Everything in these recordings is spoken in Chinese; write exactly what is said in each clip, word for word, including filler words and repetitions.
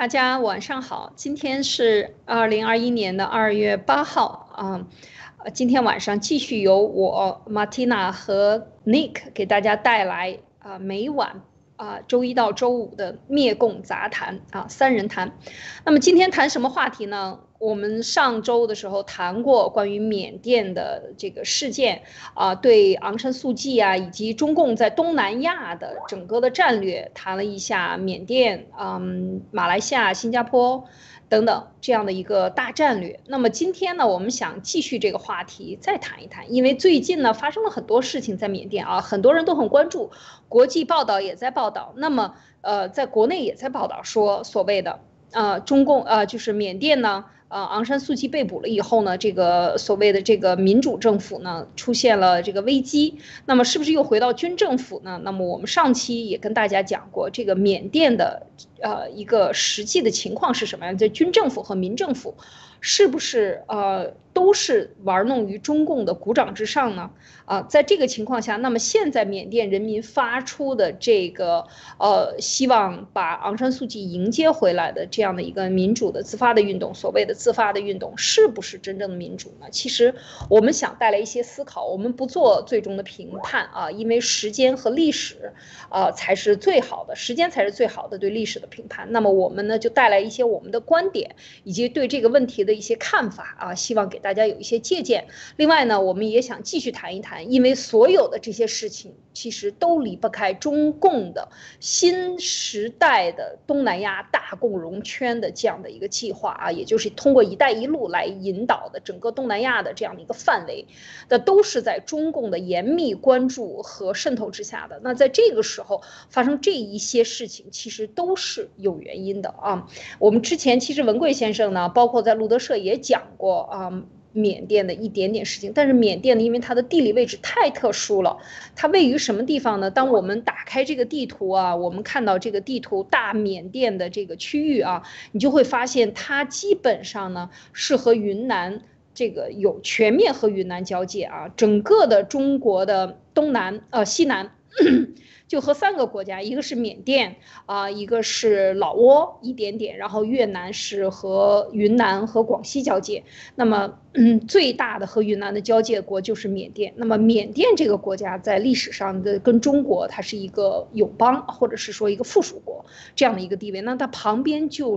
大家晚上好，今天是二零二一年的二月八号啊，呃，今天晚上继续由我 Martina 和 Nick 给大家带来啊每晚啊周一到周五的灭共杂谈啊三人谈。那么今天谈什么话题呢？我们上周的时候谈过关于缅甸的这个事件啊，对昂山素季啊以及中共在东南亚的整个的战略谈了一下缅甸、嗯马来西亚、新加坡等等这样的一个大战略。那么今天呢，我们想继续这个话题再谈一谈，因为最近呢发生了很多事情在缅甸啊，很多人都很关注，国际报道也在报道，那么呃在国内也在报道说所谓的呃中共呃就是缅甸呢。呃，昂山素季被捕了以后呢，这个所谓的这个民主政府呢出现了这个危机，那么是不是又回到军政府呢？那么我们上期也跟大家讲过，这个缅甸的呃一个实际的情况是什么样？这军政府和民政府是不是呃都是玩弄于中共的股掌之上呢？啊、呃，在这个情况下，那么现在缅甸人民发出的这个呃希望把昂山素季迎接回来的这样的一个民主的自发的运动，所谓的自发的运动，是不是真正的民主呢？其实我们想带来一些思考，我们不做最终的评判啊，因为时间和历史啊、呃、才是最好的，时间才是最好的对历史的评判。那么我们呢就带来一些我们的观点，以及对这个问题的一些看法啊，希望给大家有一些借鉴。另外呢，我们也想继续谈一谈，因为所有的这些事情其实都离不开中共的新时代的东南亚大共荣圈的这样的一个计划啊，也就是通过“一带一路”来引导的整个东南亚的这样的一个范围，那都是在中共的严密关注和渗透之下的。那在这个时候发生这一些事情，其实都是有原因的啊。我们之前其实文贵先生呢，包括在路德社也讲过啊。缅甸的一点点事情，但是缅甸呢，因为它的地理位置太特殊了，它位于什么地方呢？当我们打开这个地图啊，我们看到这个地图大缅甸的这个区域啊，你就会发现它基本上呢是和云南这个有全面和云南交界啊，整个的中国的东南呃西南。就和三个国家，一个是缅甸啊、呃，一个是老挝一点点，然后越南是和云南和广西交界。那么，嗯，最大的和云南的交界国就是缅甸。那么，缅甸这个国家在历史上的跟中国它是一个友邦，或者是说一个附属国这样的一个地位。那它旁边就是，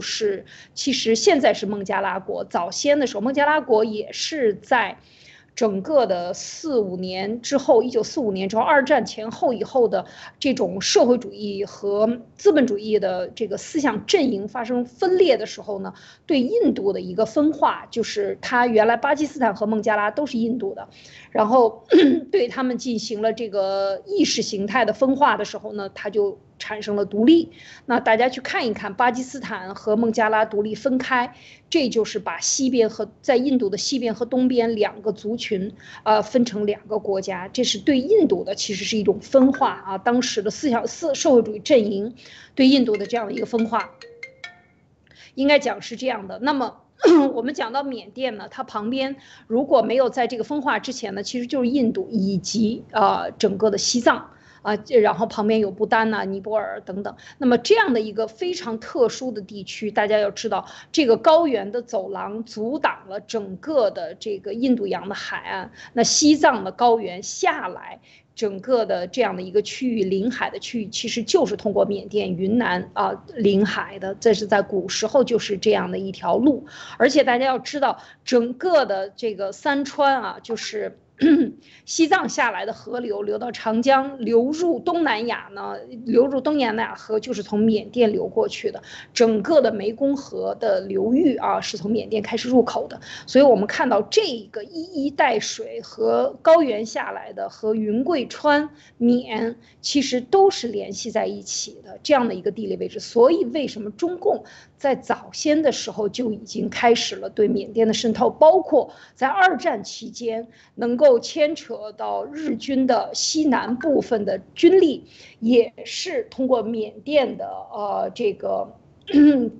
其实现在是孟加拉国，早先的时候孟加拉国也是在。整个的四五年之后，一九四五年之后，二战前后以后的这种社会主义和资本主义的这个思想阵营发生分裂的时候呢，对印度的一个分化，就是它原来巴基斯坦和孟加拉都是印度的，然后对他们进行了这个意识形态的分化的时候呢，它就产生了独立。那大家去看一看，巴基斯坦和孟加拉独立分开，这就是把西边和在印度的西边和东边两个族群，呃，分成两个国家。这是对印度的其实是一种分化啊，当时的思想社社会主义阵营对印度的这样的一个分化，应该讲是这样的。那么。我们讲到缅甸呢，它旁边如果没有在这个分化之前呢，其实就是印度以及呃整个的西藏。啊，然后旁边有不丹呐、尼泊尔等等。那么这样的一个非常特殊的地区，大家要知道，这个高原的走廊阻挡了整个的这个印度洋的海岸。那西藏的高原下来，整个的这样的一个区域，临海的区域，其实就是通过缅甸、云南啊临海的。这是在古时候就是这样的一条路。而且大家要知道，整个的这个三川啊，就是。西藏下来的河流流到长江，流入东南亚呢，流入东南亚河就是从缅甸流过去的。整个的湄公河的流域啊，是从缅甸开始入口的。所以我们看到这个一衣带水和高原下来的和云贵川、缅其实都是联系在一起的这样的一个地理位置。所以为什么中共在早先的时候就已经开始了对缅甸的渗透，包括在二战期间能够牵扯到日军的西南部分的军力，也是通过缅甸的呃这个对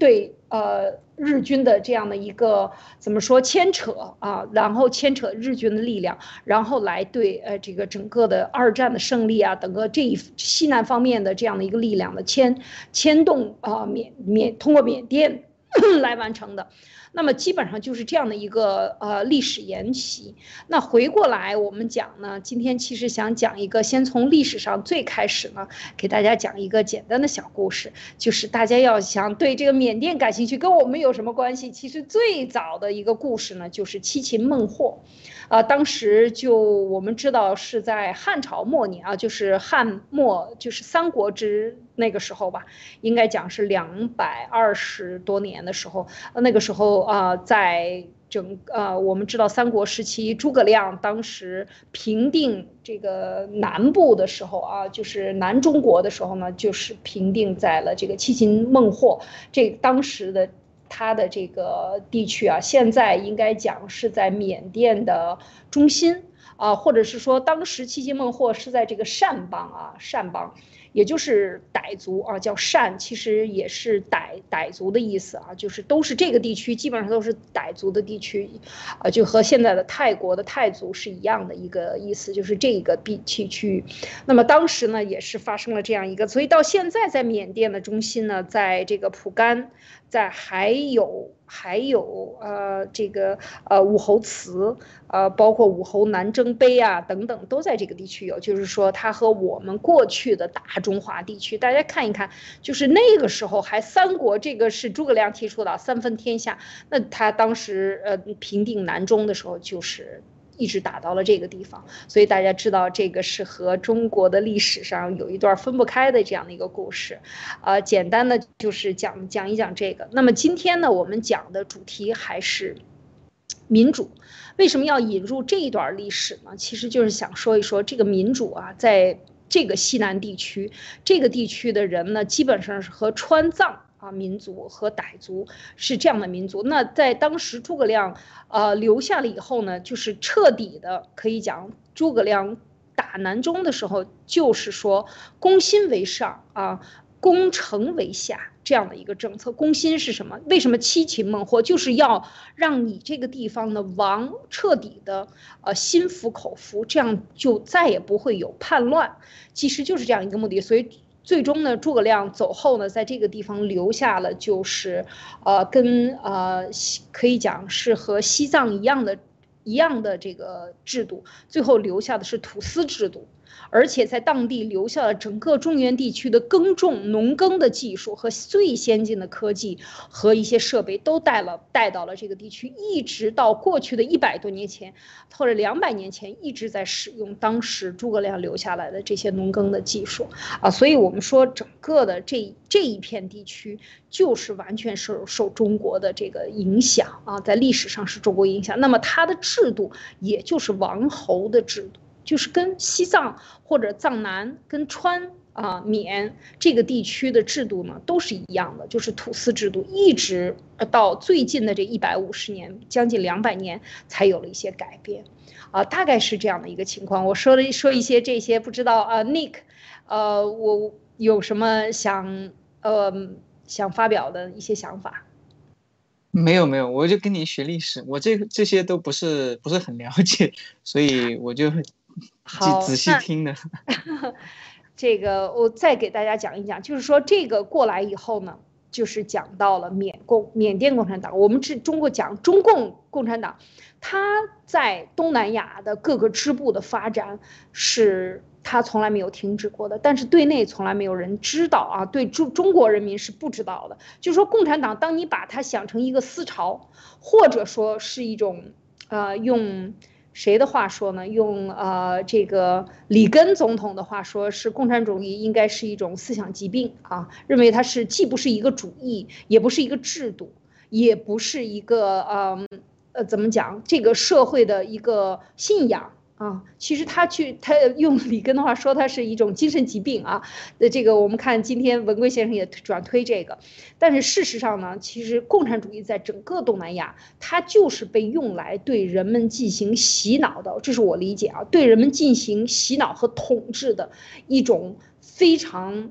呃日军的这样的一个怎么说牵扯啊，然后牵扯日军的力量，然后来对呃这个整个的二战的胜利啊，整个这一西南方面的这样的一个力量的牵牵动啊缅缅通过缅甸来完成的。那么基本上就是这样的一个呃历史沿袭。那回过来我们讲呢，今天其实想讲一个，先从历史上最开始呢，给大家讲一个简单的小故事，就是大家要想对这个缅甸感兴趣，跟我们有什么关系？其实最早的一个故事呢，就是七擒孟获。啊、呃，当时就我们知道是在汉朝末年啊，就是汉末，就是三国之那个时候吧，应该讲是两百二十多年的时候，那个时候啊、呃，在整呃，我们知道三国时期，诸葛亮当时平定这个南部的时候啊，就是南中国的时候呢，就是平定在了这个七擒孟获这当时的。它的这个地区啊，现在应该讲是在缅甸的中心啊，或者是说当时七擒孟获是在这个善邦啊，善邦，也就是傣族啊，叫善，其实也是傣傣族的意思啊，就是都是这个地区，基本上都是傣族的地区，啊，就和现在的泰国的泰族是一样的一个意思，就是这个地区区域。那么当时呢，也是发生了这样一个，所以到现在在缅甸的中心呢，在这个蒲甘。在还有还有呃这个呃武侯祠，呃包括武侯南征碑啊等等，都在这个地区有。就是说，它和我们过去的大中华地区，大家看一看，就是那个时候还三国，这个是诸葛亮提出的三分天下。那他当时呃平定南中的时候，就是一直打到了这个地方，所以大家知道这个是和中国的历史上有一段分不开的这样的一个故事，呃，简单的就是讲讲一讲这个。那么今天呢，我们讲的主题还是民主。为什么要引入这一段历史呢？其实就是想说一说这个民主啊，在这个西南地区，这个地区的人呢，基本上是和川藏。啊，民族和傣族是这样的民族。那在当时诸葛亮呃留下了以后呢，就是彻底的可以讲，诸葛亮打南中的时候，就是说攻心为上啊，攻城为下这样的一个政策。攻心是什么？为什么七擒孟获？就是要让你这个地方的王彻底的呃心服口服，这样就再也不会有叛乱。其实就是这样一个目的。所以。最终呢，诸葛亮走后呢，在这个地方留下了，就是，呃，跟呃可以讲是和西藏一样的，一样的这个制度，最后留下的是土司制度。而且在当地留下了整个中原地区的耕种、农耕的技术和最先进的科技和一些设备都带了带到了这个地区，一直到过去的一百多年前或者两百年前，一直在使用当时诸葛亮留下来的这些农耕的技术啊。所以我们说，整个的这这一片地区就是完全受受中国的这个影响啊，在历史上是中国影响。那么它的制度也就是王侯的制度。就是跟西藏或者藏南、跟川啊、缅这个地区的制度呢，都是一样的，就是土司制度，一直到最近的这一百五十年，将近两百年才有了一些改变，啊，大概是这样的一个情况。我说了说一些这些，不知道啊 ，Nick，呃，我有什么想呃想发表的一些想法？ 没有没有，我就跟你学历史，我这这些都不是不是很了解，所以我就仔仔好，那细听的。 这个我再给大家讲一讲，就是说这个过来以后呢，就是讲到了缅共缅甸共产党。我们这中国讲中共共产党，它在东南亚的各个支部的发展是它从来没有停止过的，但是对内从来没有人知道啊，对中中国人民是不知道的。就是说共产党，当你把它想成一个思潮，或者说是一种呃用。谁的话说呢？用呃这个里根总统的话说，是共产主义应该是一种思想疾病啊，认为它是既不是一个主义，也不是一个制度，也不是一个呃呃怎么讲这个社会的一个信仰。啊，其实他去，他用里根的话说，它是一种精神疾病啊。那这个我们看今天文贵先生也转推这个，但是事实上呢，其实共产主义在整个东南亚，它就是被用来对人们进行洗脑的，这是我理解啊，对人们进行洗脑和统治的一种非常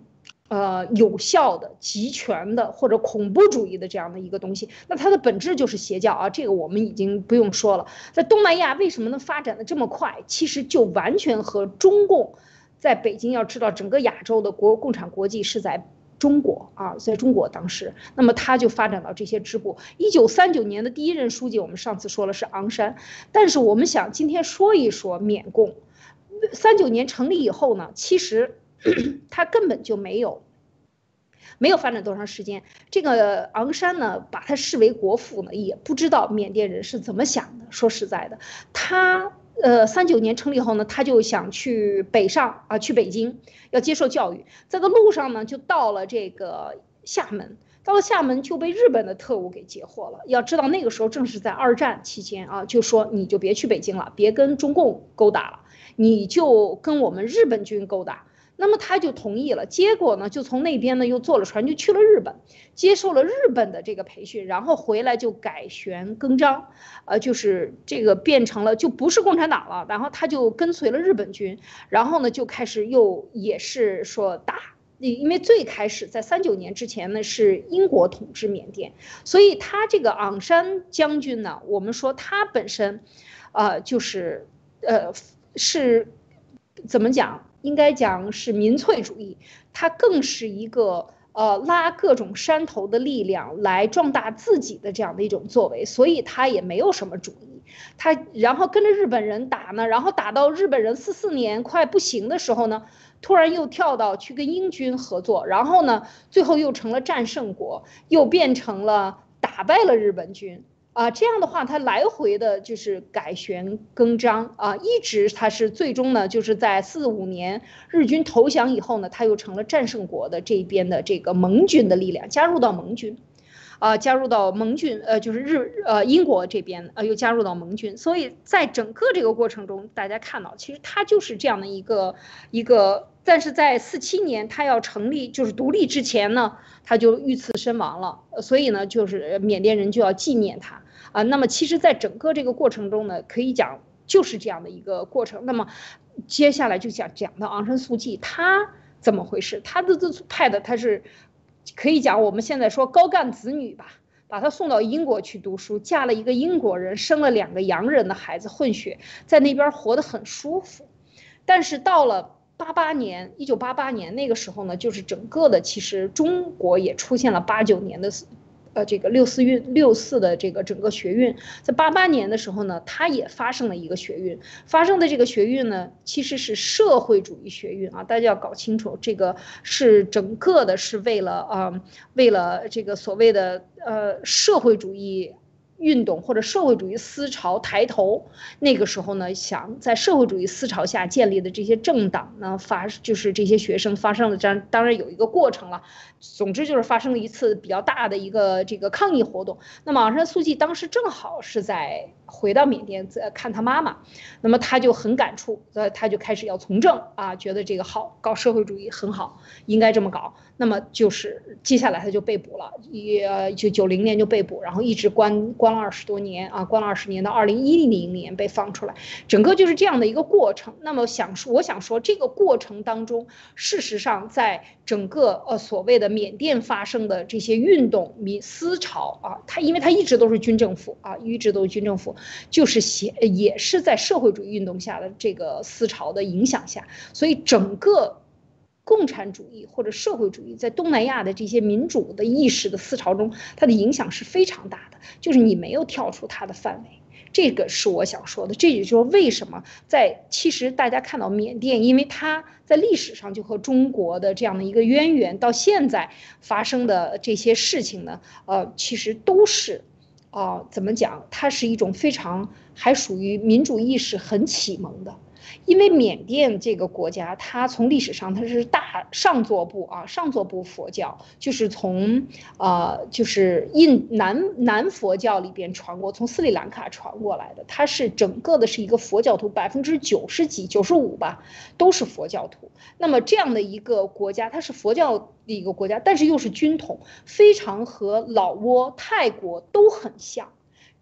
呃，有效的、集权的或者恐怖主义的这样的一个东西，那它的本质就是邪教啊，这个我们已经不用说了。在东南亚为什么能发展的这么快？其实就完全和中共在北京，要知道整个亚洲的国共产国际是在中国啊，在中国当时，那么他就发展到这些支部。一九三九年的第一任书记，我们上次说了是昂山，但是我们想今天说一说缅共。三九年成立以后呢，其实他根本就没有没有发展多长时间。这个昂山呢，把他视为国父呢，也不知道缅甸人是怎么想的。说实在的，他呃三九年成立后呢，他就想去北上啊，去北京要接受教育。在个路上呢，就到了这个厦门。到了厦门就被日本的特务给截获了。要知道那个时候正是在二战期间啊，就说你就别去北京了，别跟中共勾搭了，你就跟我们日本军勾搭。那么他就同意了，结果呢，就从那边呢又坐了船就去了日本，接受了日本的这个培训，然后回来就改弦更张，呃，就是这个变成了就不是共产党了，然后他就跟随了日本军，然后呢就开始又也是说打。因为最开始在三九年之前呢是英国统治缅甸，所以他这个昂山将军呢，我们说他本身，呃，就是呃是怎么讲？应该讲是民粹主义，他更是一个呃拉各种山头的力量来壮大自己的这样的一种作为，所以他也没有什么主意。他然后跟着日本人打呢，然后打到日本人四四年快不行的时候呢。突然又跳到去跟英军合作，然后呢，最后又成了战胜国，又变成了打败了日本军啊。这样的话，他来回的就是改弦更张啊，一直他是最终呢，就是在四五年日军投降以后呢，他又成了战胜国的这边的这个盟军的力量，加入到盟军。啊，加入到盟军，呃，就是日呃英国这边，呃，又加入到盟军，所以在整个这个过程中，大家看到，其实他就是这样的一个一个，但是在四七年他要成立就是独立之前呢，他就遇刺身亡了，所以呢，就是缅甸人就要纪念他啊。那么其实，在整个这个过程中呢，可以讲就是这样的一个过程。那么接下来就讲讲到昂山素季他怎么回事，他的这派的他是。可以讲，我们现在说高干子女吧，把她送到英国去读书，嫁了一个英国人，生了两个洋人的孩子，混血，在那边活得很舒服。但是到了八八年，一九八八年那个时候呢，就是整个的其实中国也出现了八九年的。呃，这个六四运六四的这个整个学运，在八八年的时候呢，它也发生了一个学运，发生的这个学运呢，其实是社会主义学运啊，大家要搞清楚，这个是整个的是为了啊、呃，为了这个所谓的呃社会主义。运动或者社会主义思潮抬头，那个时候呢，想在社会主义思潮下建立的这些政党呢，发就是这些学生发生了这样，当然有一个过程了。总之就是发生了一次比较大的一个这个抗议活动。那么昂山素季当时正好是在回到缅甸看他妈妈，那么他就很感触，呃，他就开始要从政啊，觉得这个好，搞社会主义很好，应该这么搞。那么就是接下来他就被捕了，也就九零年就被捕，然后一直关关了二十多年啊，关了二十年到二零一零年被放出来，整个就是这样的一个过程。那么想说，我想说这个过程当中，事实上在整个呃所谓的缅甸发生的这些运动、民思潮啊，它因为它一直都是军政府啊，一直都是军政府，就是写也是在社会主义运动下的这个思潮的影响下，所以整个。共产主义或者社会主义在东南亚的这些民主的意识的思潮中，它的影响是非常大的。就是你没有跳出它的范围，这个是我想说的。这也就是为什么在其实大家看到缅甸，因为它在历史上就和中国的这样的一个渊源，到现在发生的这些事情呢，呃，其实都是。啊、呃，怎么讲？它是一种非常还属于民主意识很启蒙的。因为缅甸这个国家，它从历史上它是大上座部啊，上座部佛教，就是从呃就是印南南佛教里边传过，从斯里兰卡传过来的，它是整个的是一个佛教徒，百分之九十几、九十五吧，都是佛教徒。那么这样的一个国家，它是佛教的一个国家，但是又是军统，非常和老挝、泰国都很像。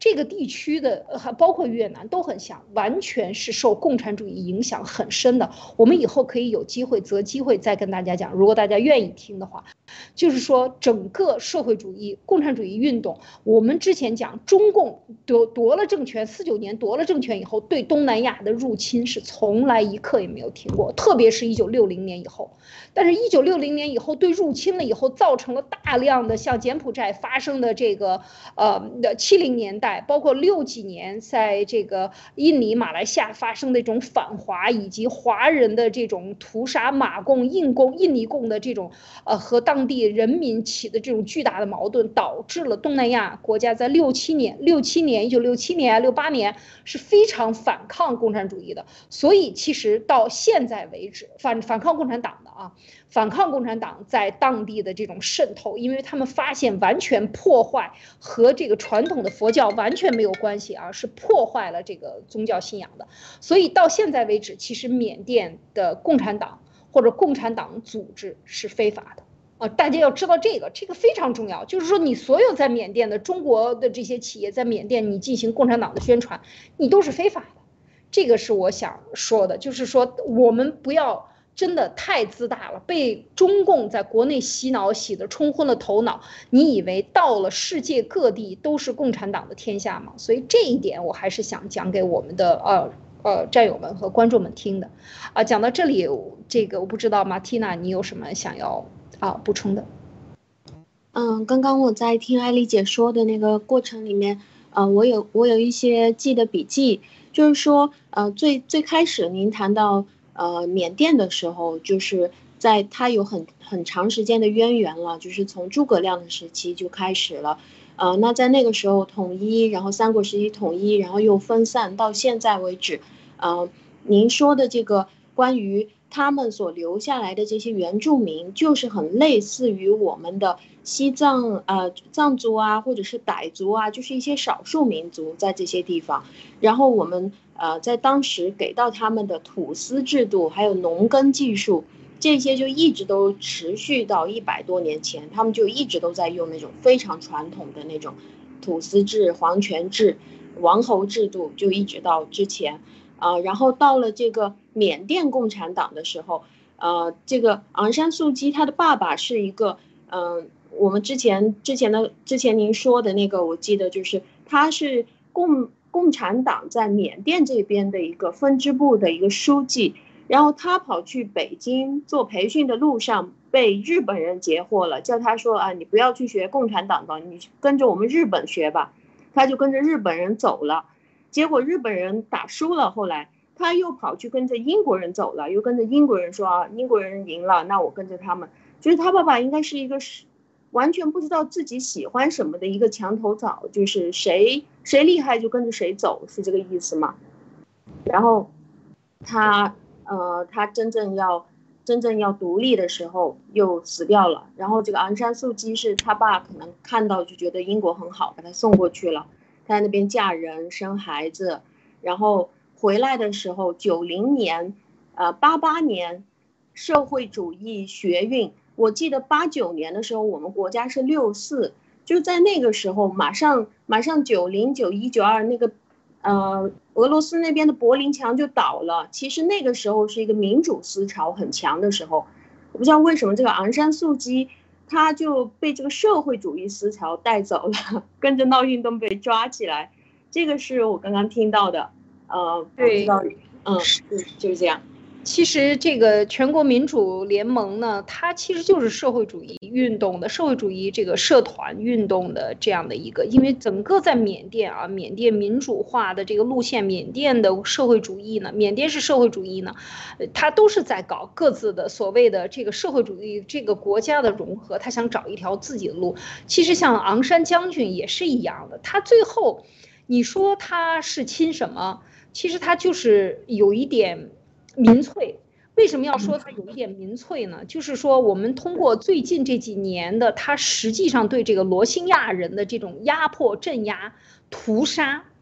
这个地区的还包括越南都很像，完全是受共产主义影响很深的。我们以后可以有机会择机会再跟大家讲，如果大家愿意听的话。就是说，整个社会主义、共产主义运动，我们之前讲，中共夺夺了政权，四九年夺了政权以后，对东南亚的入侵是从来一刻也没有停过，特别是一九六零年以后。但是，一九六零年以后对入侵了以后，造成了大量的像柬埔寨发生的这个呃七零年代，包括六几年在这个印尼、马来西亚发生的这种反华，以及华人的这种屠杀马共、印共、印尼共的这种呃和当地人民起的这种巨大的矛盾，导致了东南亚国家在六七年、六七年、一九六七年、六八年是非常反抗共产主义的。所以其实到现在为止，反反抗共产党的啊，反抗共产党在当地的这种渗透，因为他们发现完全破坏和这个传统的佛教完全没有关系啊，是破坏了这个宗教信仰的。所以到现在为止，其实缅甸的共产党或者共产党组织是非法的。啊，大家要知道这个，这个非常重要。就是说，你所有在缅甸的中国的这些企业在缅甸，你进行共产党的宣传，你都是非法的。这个是我想说的，就是说我们不要真的太自大了，被中共在国内洗脑洗得冲昏了头脑。你以为到了世界各地都是共产党的天下吗？所以这一点我还是想讲给我们的呃呃战友们和观众们听的。啊，讲到这里，这个我不知道马蒂娜你有什么想要啊补充的？ 嗯，刚刚我在听艾丽姐说的那个过程里面，呃，我有我有一些记的笔记，就是说，呃，最最开始您谈到呃缅甸的时候，就是在它有很很长时间的渊源了，就是从诸葛亮的时期就开始了，呃，那在那个时候统一，然后三国时期统一，然后又分散到现在为止，呃，您说的这个关于他们所留下来的这些原住民，就是很类似于我们的西藏呃藏族啊，或者是傣族啊，就是一些少数民族在这些地方。然后我们呃在当时给到他们的土司制度，还有农耕技术，这些就一直都持续到一百多年前，他们就一直都在用那种非常传统的那种土司制、皇权制、王侯制度，就一直到之前。啊、呃，然后到了这个缅甸共产党的时候，呃，这个昂山素姬他的爸爸是一个，嗯、呃，我们之前之前的之前您说的那个，我记得就是他是共共产党在缅甸这边的一个分支部的一个书记，然后他跑去北京做培训的路上被日本人截获了，叫他说啊，你不要去学共产党的，你跟着我们日本学吧，他就跟着日本人走了。结果日本人打输了，后来他又跑去跟着英国人走了，又跟着英国人说啊，英国人赢了，那我跟着他们。就是他爸爸应该是一个完全不知道自己喜欢什么的一个墙头草，就是谁谁厉害就跟着谁走，是这个意思吗？然后他呃他真正要真正要独立的时候又死掉了。然后这个昂山素姬是他爸可能看到就觉得英国很好，把他送过去了。在那边嫁人生孩子，然后回来的时候，九零年，呃，八八年，社会主义学运。我记得八九年的时候，我们国家是六四，就在那个时候，马上马上九零九一九二那个，呃，俄罗斯那边的柏林墙就倒了。其实那个时候是一个民主思潮很强的时候，我不知道为什么这个昂山素姬。他就被这个社会主义思潮带走了，跟着闹运动被抓起来，这个是我刚刚听到的，呃， 对， 嗯，就是这样。 其实这个全国民主联盟呢，它其实就是社会主义运动的社会主义这个社团运动的这样的一个，因为整个在缅甸啊，缅甸民主化的这个路线，缅甸的社会主义呢，缅甸是社会主义呢，它都是在搞各自的所谓的这个社会主义这个国家的融合，他想找一条自己的路。其实像昂山将军也是一样的，他最后你说他是亲什么？其实他就是有一点民粹。为什么要说他有一点民粹呢？就是说我们通过最近这几年的他实际上对这个罗兴亚人的这种压迫、镇压、屠杀，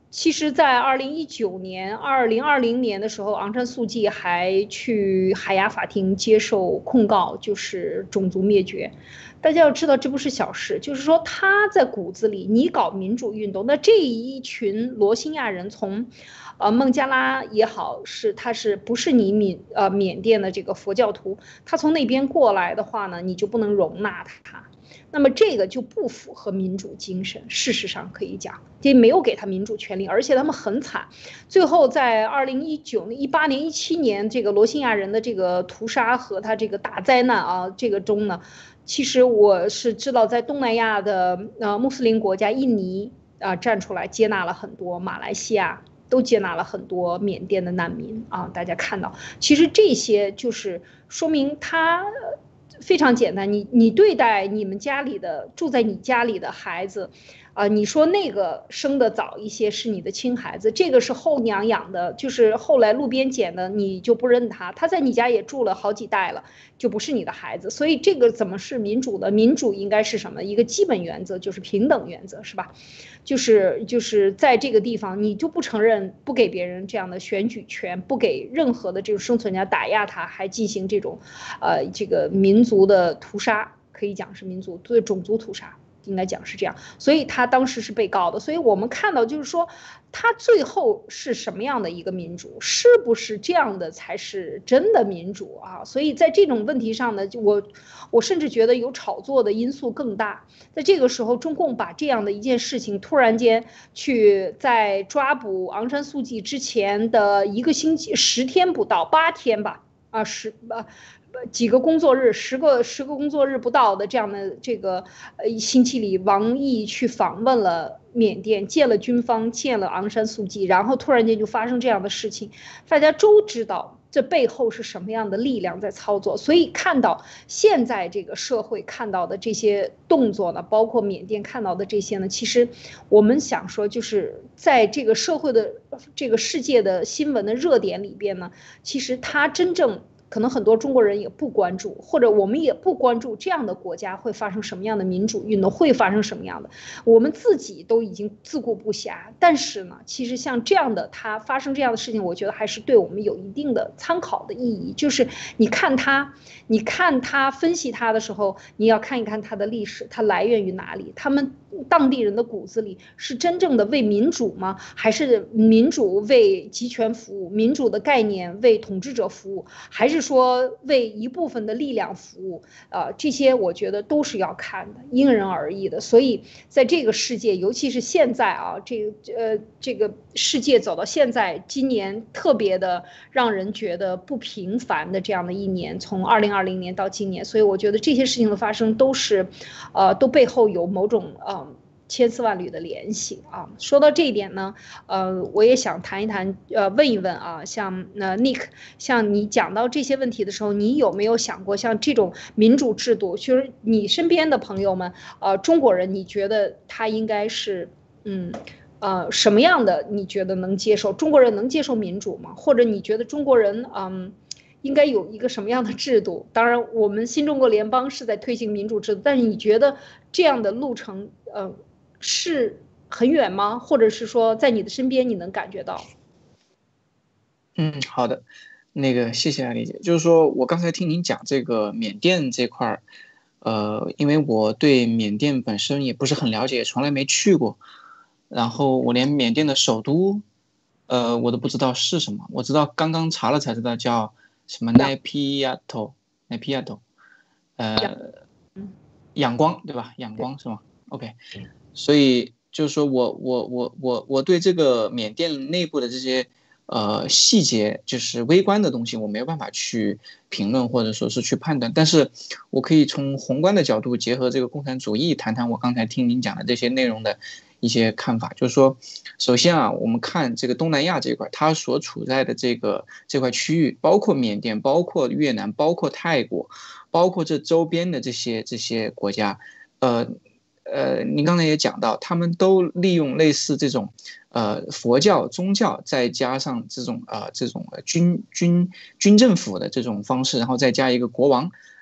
其实，在二零一九年、二零二零年的时候，昂山素季还去海牙法庭接受控告，就是种族灭绝。大家要知道，这不是小事，就是说他在骨子里，你搞民主运动，那这一群罗兴亚人从，呃，孟加拉也好，是他是不是你缅呃缅甸的这个佛教徒，他从那边过来的话呢，你就不能容纳他。那么这个就不符合民主精神，事实上可以讲，这没有给他民主权利，而且他们很惨。最后在二零一九年、一八年、一七年，这个罗兴亚人的这个屠杀和他这个大灾难啊，这个中呢，其实我是知道，在东南亚的呃穆斯林国家，印尼啊、呃、站出来接纳了很多，马来西亚都接纳了很多缅甸的难民啊。大家看到，其实这些就是说明他。非常简单，你你对待你们家里的住在你家里的孩子，啊、呃，你说那个生的早一些是你的亲孩子，这个是后娘养的，就是后来路边捡的，你就不认他，他在你家也住了好几代了，就不是你的孩子。所以这个怎么是民主的？民主应该是什么？一个基本原则就是平等原则，是吧？就是就是在这个地方，你就不承认，不给别人这样的选举权，不给任何的这种生存者打压他，还进行这种，呃，这个民族的屠杀，可以讲是民族对种族屠杀，应该讲是这样。所以他当时是被告的。所以我们看到就是说，他最后是什么样的一个民主，是不是这样的才是真的民主啊？所以在这种问题上呢，就我我甚至觉得有炒作的因素更大。在这个时候，中共把这样的一件事情突然间去在抓捕昂山素季之前的一个星期，十天不到，八天吧，啊十呃几个工作日，十个十个工作日不到的这样的这个呃星期里，王毅去访问了缅甸，见了军方，见了昂山素季，然后突然间就发生这样的事情，大家都知道。这背后是什么样的力量在操作？所以看到现在这个社会看到的这些动作呢，包括缅甸看到的这些呢，其实我们想说，就是在这个社会的这个世界的新闻的热点里边呢，其实它真正。可能很多中国人也不关注，或者我们也不关注这样的国家会发生什么样的民主运动，会发生什么样的，我们自己都已经自顾不暇。但是呢，其实像这样的它发生这样的事情，我觉得还是对我们有一定的参考的意义。就是你看它，你看它分析它的时候，你要看一看它的历史，它来源于哪里，他们当地人的骨子里是真正的为民主吗？还是民主为集权服务？民主的概念为统治者服务？还是说为一部分的力量服务，呃，这些我觉得都是要看的，因人而异的。所以在这个世界，尤其是现在啊，这呃这个世界走到现在，今年特别的让人觉得不平凡的这样的一年，从二零二零年到今年，所以我觉得这些事情的发生都是，呃，都背后有某种呃。千丝万缕的联系啊！说到这一点呢，呃，我也想谈一谈，呃，问一问啊，像呃 Nick，像你讲到这些问题的时候，你有没有想过，像这种民主制度，就是你身边的朋友们，呃，中国人，你觉得他应该是，嗯，呃，什么样的？你觉得能接受？中国人能接受民主吗？或者你觉得中国人，嗯？应该有一个什么样的制度？当然，我们新中国联邦是在推行民主制度，但是你觉得这样的路程，呃，是很远吗？或者是说，在你的身边你能感觉到？ 嗯，好的，那个谢谢艾丽姐。就是说我刚才听您讲这个缅甸这块儿，呃，因为我对缅甸本身也不是很了解，从来没去过，然后我连缅甸的首都，呃，我都不知道是什么。我知道刚刚查了才知道叫什么奈皮亚头，奈皮亚头，呃，仰光对吧？仰光是吗 ？OK， 所以就是说我我我我我对这个缅甸内部的这些呃细节，就是微观的东西，我没有办法去评论或者说是去判断，但是我可以从宏观的角度，结合这个共产主义，谈谈我刚才听您讲的这些内容的一些看法。就是说，首先啊，我们看这个东南亚这块，它所处在的这个这块区域，包括缅甸，包括越南，包括泰国，包括这周边的这些这些国家，呃。呃，您刚才也讲到，他们都利用类似这种，呃，佛教宗教，再加上这种呃这种军军军政府的这种方式，然后再加一个国王，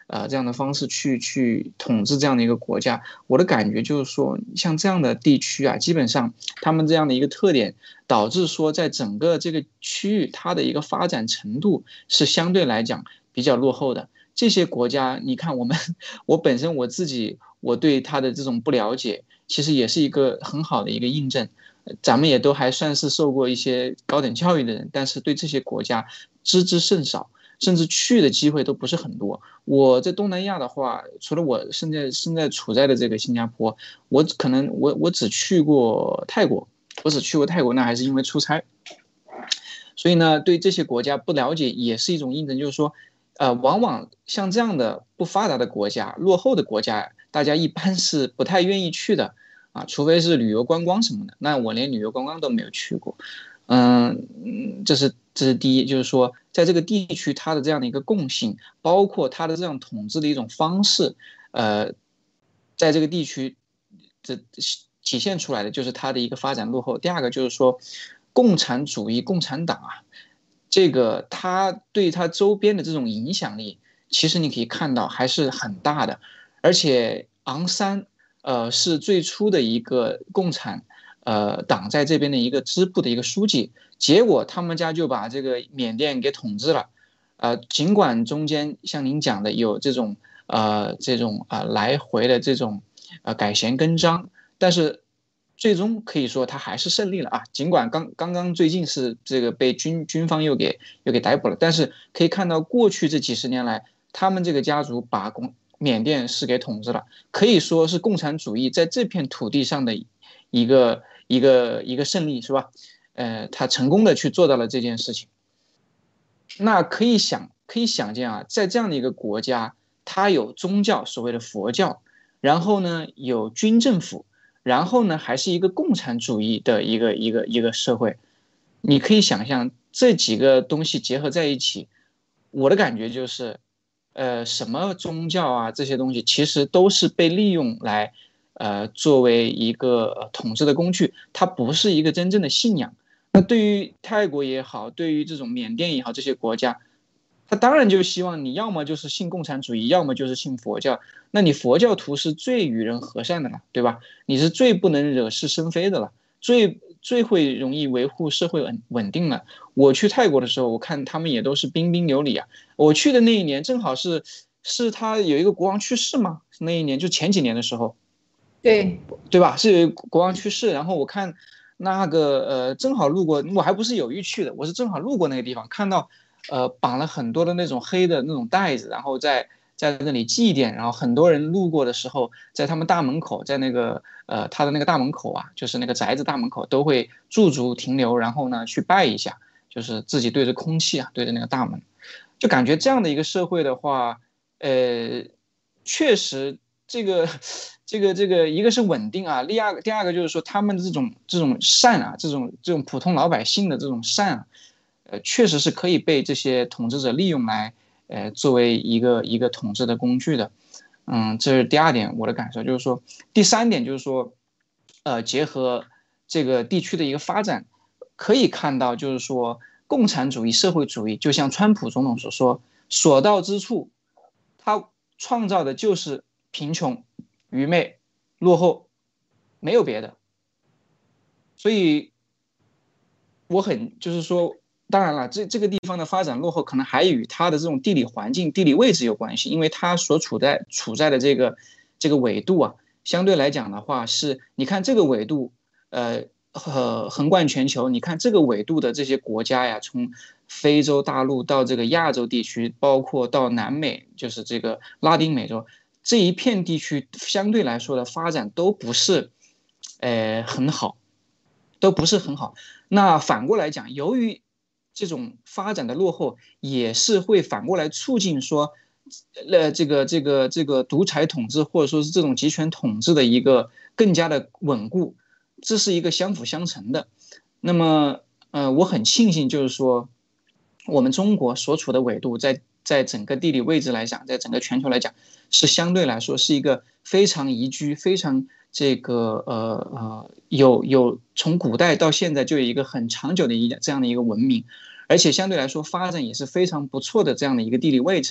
呃这样的方式去去统治这样的一个国家。我的感觉就是说，像这样的地区啊，基本上他们这样的一个特点，导致说在整个这个区域，它的一个发展程度是相对来讲比较落后的。这些国家，你看我们，我本身我自己我对它的这种不了解，其实也是一个很好的一个印证。咱们也都还算是受过一些高等教育的人，但是对这些国家知之甚少，甚至去的机会都不是很多。我在东南亚的话，除了我现在现在处在的这个新加坡，我可能我我只去过泰国，我只去过泰国，那还是因为出差。所以呢，对这些国家不了解也是一种印证，就是说，呃，往往像这样的不发达的国家、落后的国家，大家一般是不太愿意去的。啊，除非是旅游观光什么的，那我连旅游观光都没有去过。嗯，这是这是第一，就是说，在这个地区它的这样的一个共性，包括它的这样统治的一种方式，呃，在这个地区这体现出来的就是它的一个发展落后。第二个就是说，共产主义、共产党啊，这个它对它周边的这种影响力，其实你可以看到还是很大的，而且昂山。呃，是最初的一个共产呃党在这边的一个支部的一个书记，结果他们家就把这个缅甸给统治了。呃，尽管中间像您讲的有这种呃这种啊、呃、来回的这种呃改弦更张，但是最终可以说他还是胜利了啊。尽管刚刚刚最近是这个被军军方又给又给逮捕了，但是可以看到过去这几十年来，他们这个家族把公缅甸是给统治了，可以说是共产主义在这片土地上的一个一个一个胜利，是吧？呃，他成功的去做到了这件事情。那可以想可以想见啊，在这样的一个国家，它有宗教，所谓的佛教，然后呢有军政府，然后呢还是一个共产主义的一个一个一个社会。你可以想象这几个东西结合在一起，我的感觉就是。呃，什么宗教啊，这些东西其实都是被利用来，呃，作为一个统治的工具，它不是一个真正的信仰。那对于泰国也好，对于这种缅甸也好，这些国家，他当然就希望你要么就是信共产主义，要么就是信佛教。那你佛教徒是最与人和善的了，对吧？你是最不能惹是生非的了，最最会容易维护社会稳稳定了。我去泰国的时候，我看他们也都是彬彬有礼啊。我去的那一年正好是是他有一个国王去世嘛，那一年就前几年的时候， 对对吧？是有一个国王去世，然后我看那个呃正好路过，我还不是有意去的，我是正好路过那个地方，看到呃绑了很多的那种黑的那种带子，然后在在那里祭奠，然后很多人路过的时候，在他们大门口，在那个呃他的那个大门口啊，就是那个宅子大门口都会驻足停留，然后呢去拜一下，就是自己对着空气啊，对着那个大门。就感觉这样的一个社会的话，呃，确实这个这个这个一个是稳定啊，第二个第二个就是说他们的这种这种善啊，这种这种普通老百姓的这种善啊，呃，确实是可以被这些统治者利用来，呃，作为一个一个统治的工具的。嗯，这是第二点我的感受，就是说第三点就是说，呃，结合这个地区的一个发展，可以看到就是说。共产主义、社会主义，就像川普总统所说，所到之处，他创造的就是贫穷、愚昧、落后，没有别的。所以，我很就是说，当然了，这这个地方的发展落后，可能还与它的这种地理环境、地理位置有关系，因为它所处在处在的这个这个纬度啊，相对来讲的话是，你看这个纬度，呃。呃，横贯全球，你看这个纬度的这些国家呀，从非洲大陆到这个亚洲地区，包括到南美，就是这个拉丁美洲这一片地区，相对来说的发展都不是，呃，很好，都不是很好。那反过来讲，由于这种发展的落后，也是会反过来促进说，呃，这个这个这个独裁统治或者说是这种集权统治的一个更加的稳固。这是一个相辅相成的。那么，呃，我很庆幸，就是说，我们中国所处的纬度在，在在整个地理位置来讲，在整个全球来讲，是相对来说是一个非常宜居、非常这个呃呃有有从古代到现在就有一个很长久的一这样的一个文明，而且相对来说发展也是非常不错的这样的一个地理位置。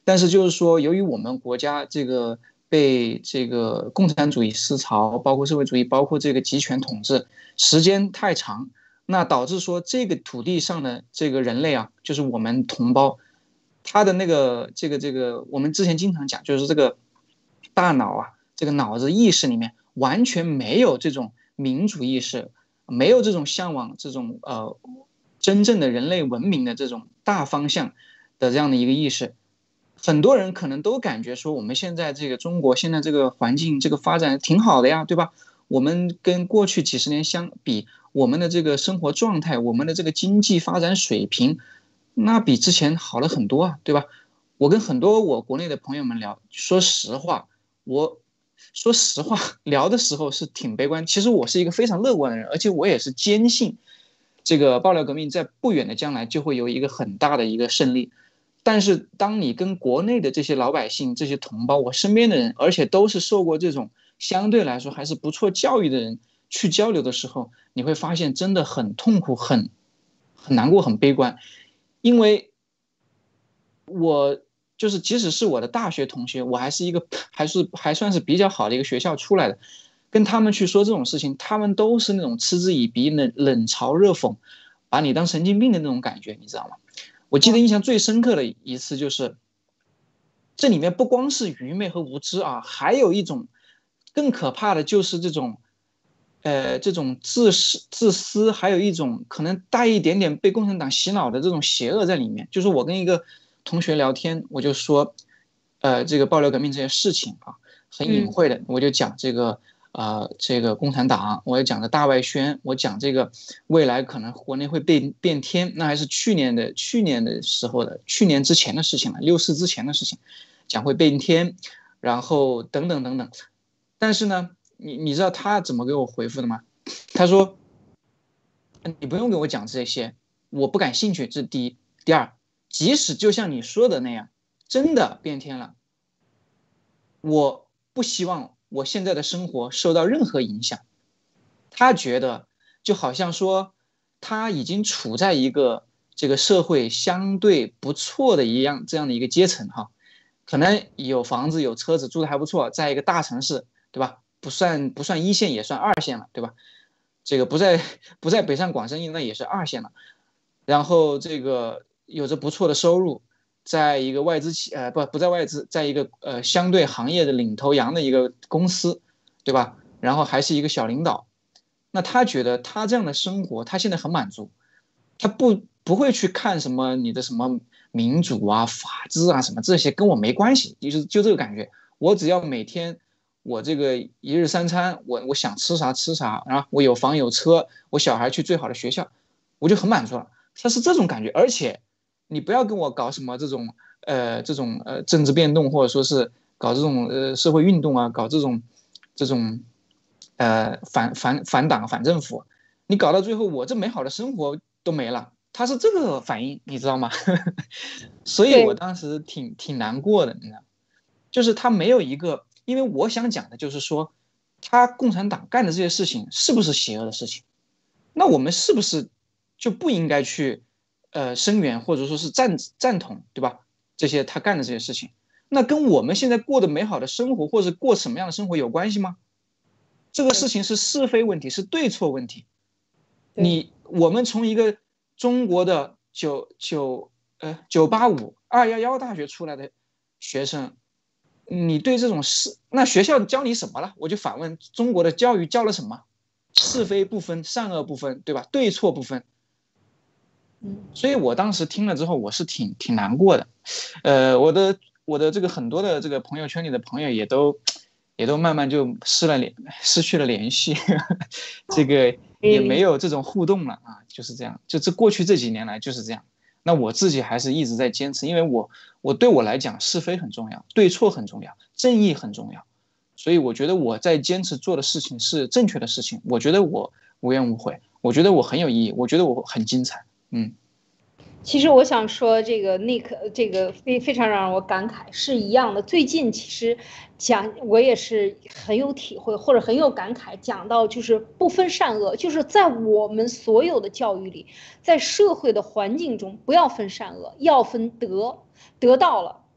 但是就是说，由于我们国家这个被这个共产主义思潮，包括社会主义，包括这个集权统治时间太长，那导致说这个土地上的这个人类啊，就是我们同胞，他的那个这个这个，我们之前经常讲，就是这个大脑啊，这个脑子意识里面完全没有这种民主意识，没有这种向往这种呃真正的人类文明的这种大方向的这样的一个意识。很多人可能都感觉说，我们现在这个中国现在这个环境这个发展挺好的呀，对吧？我们跟过去几十年相比，我们的这个生活状态，我们的这个经济发展水平，那比之前好了很多啊，对吧？我跟很多我国内的朋友们聊，说实话，我说实话聊的时候是挺悲观。其实我是一个非常乐观的人，而且我也是坚信，这个爆料革命在不远的将来就会有一个很大的一个胜利。但是当你跟国内的这些老百姓、这些同胞，我身边的人，而且都是受过这种相对来说还是不错教育的人去交流的时候，你会发现真的很痛苦、很很难过、很悲观。因为我就是即使是我的大学同学，我还是一个还是还算是比较好的一个学校出来的，跟他们去说这种事情，他们都是那种嗤之以鼻、冷冷嘲热讽，把你当神经病的那种感觉，你知道吗？我记得印象最深刻的一次就是，这里面不光是愚昧和无知啊，还有一种更可怕的就是这种，呃，这种自私、自私，还有一种可能带一点点被共产党洗脑的这种邪恶在里面。就是我跟一个同学聊天，我就说，呃，这个爆料革命这些事情啊，很隐晦的，我就讲这个。呃，这个共产党，我也讲的大外宣，我讲这个未来可能国内会变变天，那还是去年的去年的时候的，去年之前的事情了，六四之前的事情，讲会变天，然后等等等等。但是呢，你你知道他怎么给我回复的吗？他说，你不用给我讲这些，我不感兴趣，这是第一。第二，即使就像你说的那样，真的变天了，我不希望我现在的生活受到任何影响。他觉得就好像说他已经处在一个这个社会相对不错的一样这样的一个阶层哈，可能有房子有车子住的还不错，在一个大城市，对吧？不算不算一线也算二线了，对吧？这个不在不在北上广深那也是二线了。然后这个有着不错的收入，在一个外资企呃不不在外资，在一个呃相对行业的领头羊的一个公司，对吧？然后还是一个小领导，那他觉得他这样的生活，他现在很满足，他不不会去看什么你的什么民主啊、法治啊什么这些跟我没关系，就是就这个感觉，我只要每天我这个一日三餐，我我想吃啥吃啥，然后我有房有车，我小孩去最好的学校，我就很满足了。他是这种感觉，而且你不要跟我搞什么这种呃这种呃政治变动，或者说是搞这种呃社会运动啊，搞这种这种呃反反反党反政府，你搞到最后我这美好的生活都没了。他是这个反应，你知道吗？所以我当时挺挺难过的，你知道，就是他没有一个，因为我想讲的就是说，他共产党干的这些事情是不是邪恶的事情？那我们是不是就不应该去呃声援或者说是赞赞同，对吧？这些他干的这些事情，那跟我们现在过的美好的生活或者过什么样的生活有关系吗？这个事情是是非问题，是对错问题。你我们从一个中国的九九呃九八五二幺幺大学出来的学生，你对这种事，那学校教你什么了？我就反问，中国的教育教了什么？是非不分，善恶不分，对吧？对错不分。所以我当时听了之后，我是挺挺难过的。呃，我的我的这个很多的这个朋友圈里的朋友也都也都慢慢就失了联失去了联系，这个也没有这种互动了啊，就是这样。就这过去这几年来就是这样。那我自己还是一直在坚持，因为我我对我来讲是非很重要，对错很重要，正义很重要。所以我觉得我在坚持做的事情是正确的事情，我觉得我无怨无悔，我觉得我很有意义，我觉得我很精彩。嗯， 其实我想说，这个 Nick 这个非非常让我感慨，是一样的。最近其实讲我也是很有体会，或者很有感慨，讲到就是不分善恶，就是在我们所有的教育里，在社会的环境中，不要分善恶，要分德，得到了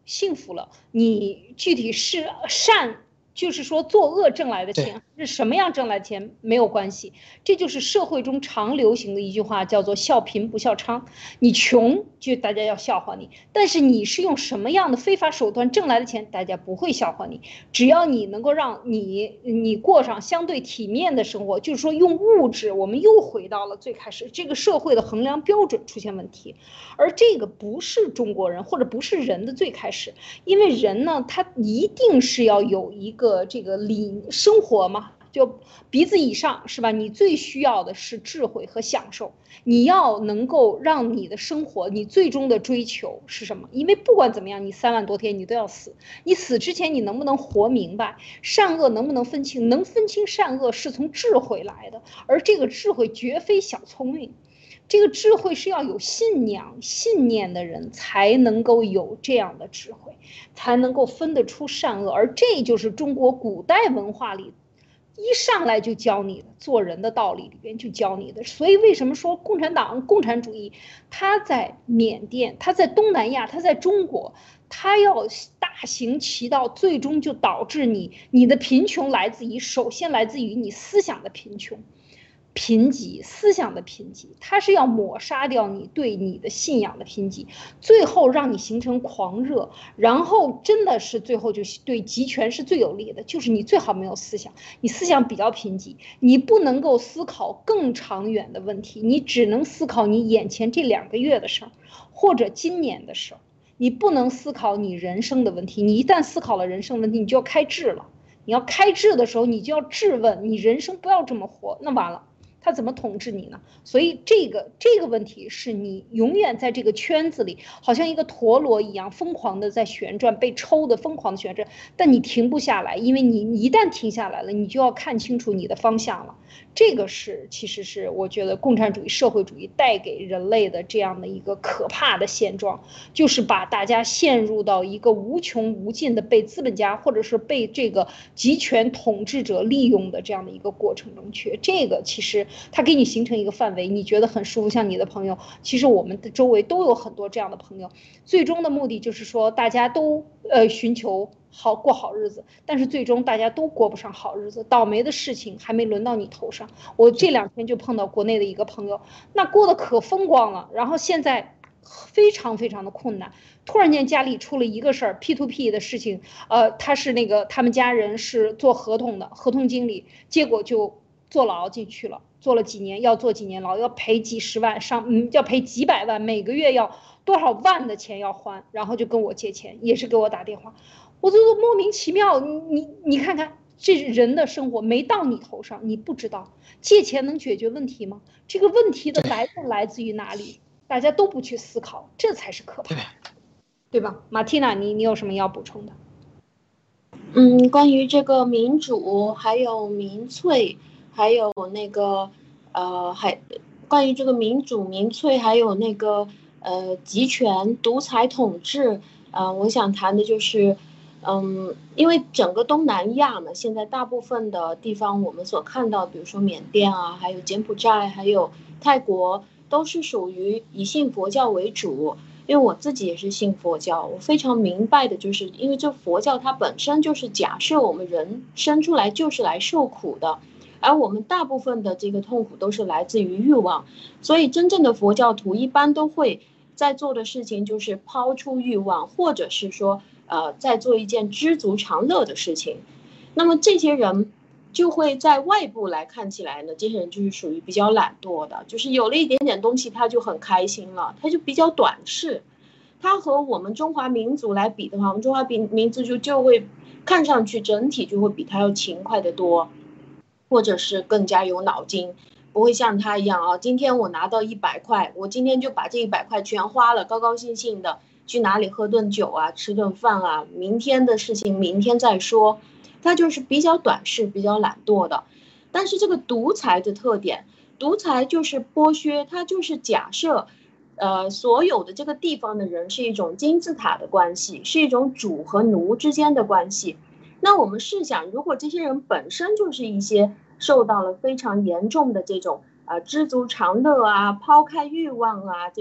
幸福了，你具体是善。就是说，做恶挣来的钱是什么样挣来的钱没有关系，这就是社会中常流行的一句话，叫做笑贫不笑娼。你穷就大家要笑话你，但是你是用什么样的非法手段挣来的钱，大家不会笑话你。只要你能够让你你过上相对体面的生活，就是说用物质，我们又回到了最开始这个社会的衡量标准出现问题，而这个不是中国人或者不是人的最开始，因为人呢，他一定是要有一个。这个理生活嘛，就鼻子以上是吧？你最需要的是智慧和享受。你要能够让你的生活，你最终的追求是什么？因为不管怎么样，你三万多天你都要死。你死之前，你能不能活明白？善恶能不能分清？能分清善恶是从智慧来的，而这个智慧绝非小聪明。这个智慧是要有信仰、信念的人才能够有这样的智慧，才能够分得出善恶。而这就是中国古代文化里一上来就教你的做人的道理里边就教你的。所以为什么说共产党、共产主义，它在缅甸，它在东南亚，它在中国，它要大行其道，最终就导致你你的贫穷来自于，首先来自于你思想的贫穷。贫瘠，思想的贫瘠，它是要抹杀掉你对你的信仰的贫瘠，最后让你形成狂热，然后真的是最后就对集权是最有利的，就是你最好没有思想，你思想比较贫瘠，你不能够思考更长远的问题，你只能思考你眼前这两个月的事儿，或者今年的事儿，你不能思考你人生的问题，你一旦思考了人生问题，你就要开智了，你要开智的时候，你就要质问你人生不要这么活，那完了。他怎么统治你呢？所以这个这个问题是你永远在这个圈子里，好像一个陀螺一样疯狂的在旋转，被抽的疯狂的旋转，但你停不下来，因为你一旦停下来了，你就要看清楚你的方向了。这个是其实是我觉得共产主义、社会主义带给人类的这样的一个可怕的现状，就是把大家陷入到一个无穷无尽的被资本家或者是被这个集权统治者利用的这样的一个过程中去。这个其实它给你形成一个范围，你觉得很舒服，像你的朋友，其实我们的周围都有很多这样的朋友。最终的目的就是说，大家都呃寻求好过好日子，但是最终大家都过不上好日子，倒霉的事情还没轮到你头上。我这两天就碰到国内的一个朋友，那过得可风光了，然后现在非常非常的困难，突然间家里出了一个事儿 P to P 的事情，呃，他是那个他们家人是做合同的合同经理，结果就坐牢进去了，做了几年，要坐几年牢，要赔几十万上，嗯，要赔几百万，每个月要多少万的钱要还，然后就跟我借钱，也是给我打电话，我就莫名其妙，你你你看看。这人的生活没到你头上，你不知道借钱能解决问题吗？这个问题的来源来自于哪里？大家都不去思考，这才是可怕，对, 对吧？马蒂娜，你你有什么要补充的？ 嗯，关于这个民主，还有民粹，还有那个呃，还关于这个民主、民粹，还有那个呃集权、独裁统治，呃，我想谈的就是。嗯，因为整个东南亚嘛，现在大部分的地方我们所看到，比如说缅甸啊，还有柬埔寨，还有泰国，都是属于以信佛教为主。因为我自己也是信佛教，我非常明白的就是，因为这佛教它本身就是假设我们人生出来就是来受苦的，而我们大部分的这个痛苦都是来自于欲望，所以真正的佛教徒一般都会在做的事情就是抛出欲望，或者是说。呃，在做一件知足常乐的事情，那么这些人就会在外部来看起来呢，这些人就是属于比较懒惰的，就是有了一点点东西他就很开心了，他就比较短视。他和我们中华民族来比的话，我们中华民族就就会看上去整体就会比他要勤快得多，或者是更加有脑筋，不会像他一样啊，今天我拿到一百块，我今天就把这一百块全花了，高高兴兴的。去哪里喝顿酒啊，吃顿饭啊，明天的事情明天再说，他就是比较短视，比较懒惰的。但是这个独裁的特点，独裁就是剥削，它就是假设，呃，所有的这个地方的人是一种金字塔的关系，是一种主和奴之间的关系。那我们试想，如果这些人本身就是一些受到了非常严重的这种呃知足常乐啊，抛开欲望啊这种。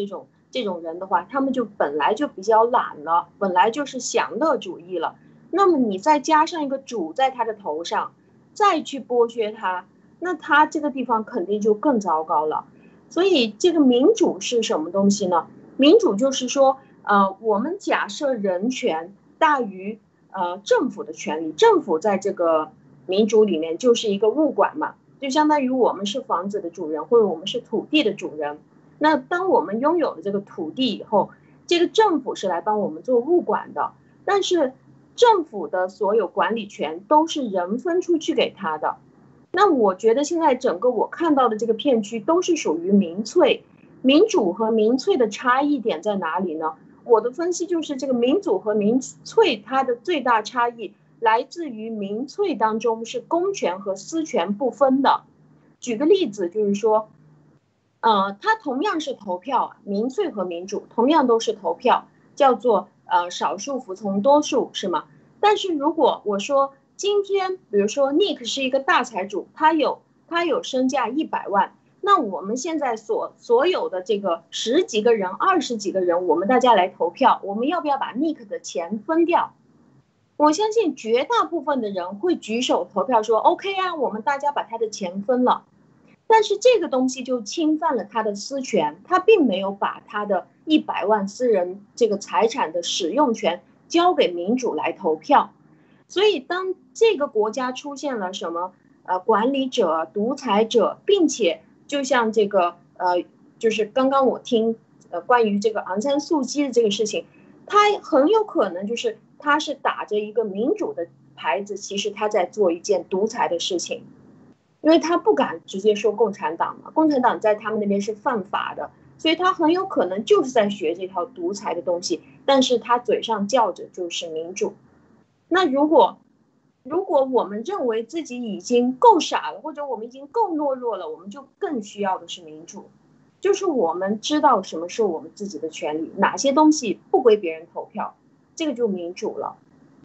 这种人的话，他们就本来就比较懒了，本来就是享乐主义了。那么你再加上一个主在他的头上，再去剥削他，那他这个地方肯定就更糟糕了。所以这个民主是什么东西呢？民主就是说，呃，我们假设人权大于呃政府的权利，政府在这个民主里面就是一个物管嘛，就相当于我们是房子的主人，或者我们是土地的主人。那当我们拥有了这个土地以后，这个政府是来帮我们做物管的，但是政府的所有管理权都是人分出去给他的。那我觉得现在整个我看到的这个片区都是属于民粹。民主和民粹的差异点在哪里呢？我的分析就是这个民主和民粹它的最大差异来自于民粹当中是公权和私权不分的。举个例子，就是说呃，它同样是投票，民粹和民主同样都是投票，叫做呃少数服从多数，是吗？但是如果我说今天，比如说 Nick 是一个大财主，他有他有身价一百万，那我们现在所所有的这个十几个人、二十几个人，我们大家来投票，我们要不要把 Nick 的钱分掉？我相信绝大部分的人会举手投票说 OK 啊，我们大家把他的钱分了。但是这个东西就侵犯了他的私权，他并没有把他的一百万私人这个财产的使用权交给民主来投票。所以当这个国家出现了什么呃管理者、独裁者，并且就像这个呃就是刚刚我听呃关于这个昂山素姬的这个事情，他很有可能就是他是打着一个民主的牌子，其实他在做一件独裁的事情。因为他不敢直接说共产党嘛，共产党在他们那边是犯法的，所以他很有可能就是在学这套独裁的东西，但是他嘴上叫着就是民主。那如果如果我们认为自己已经够傻了，或者我们已经够懦弱了，我们就更需要的是民主，就是我们知道什么是我们自己的权利，哪些东西不归别人投票，这个就民主了。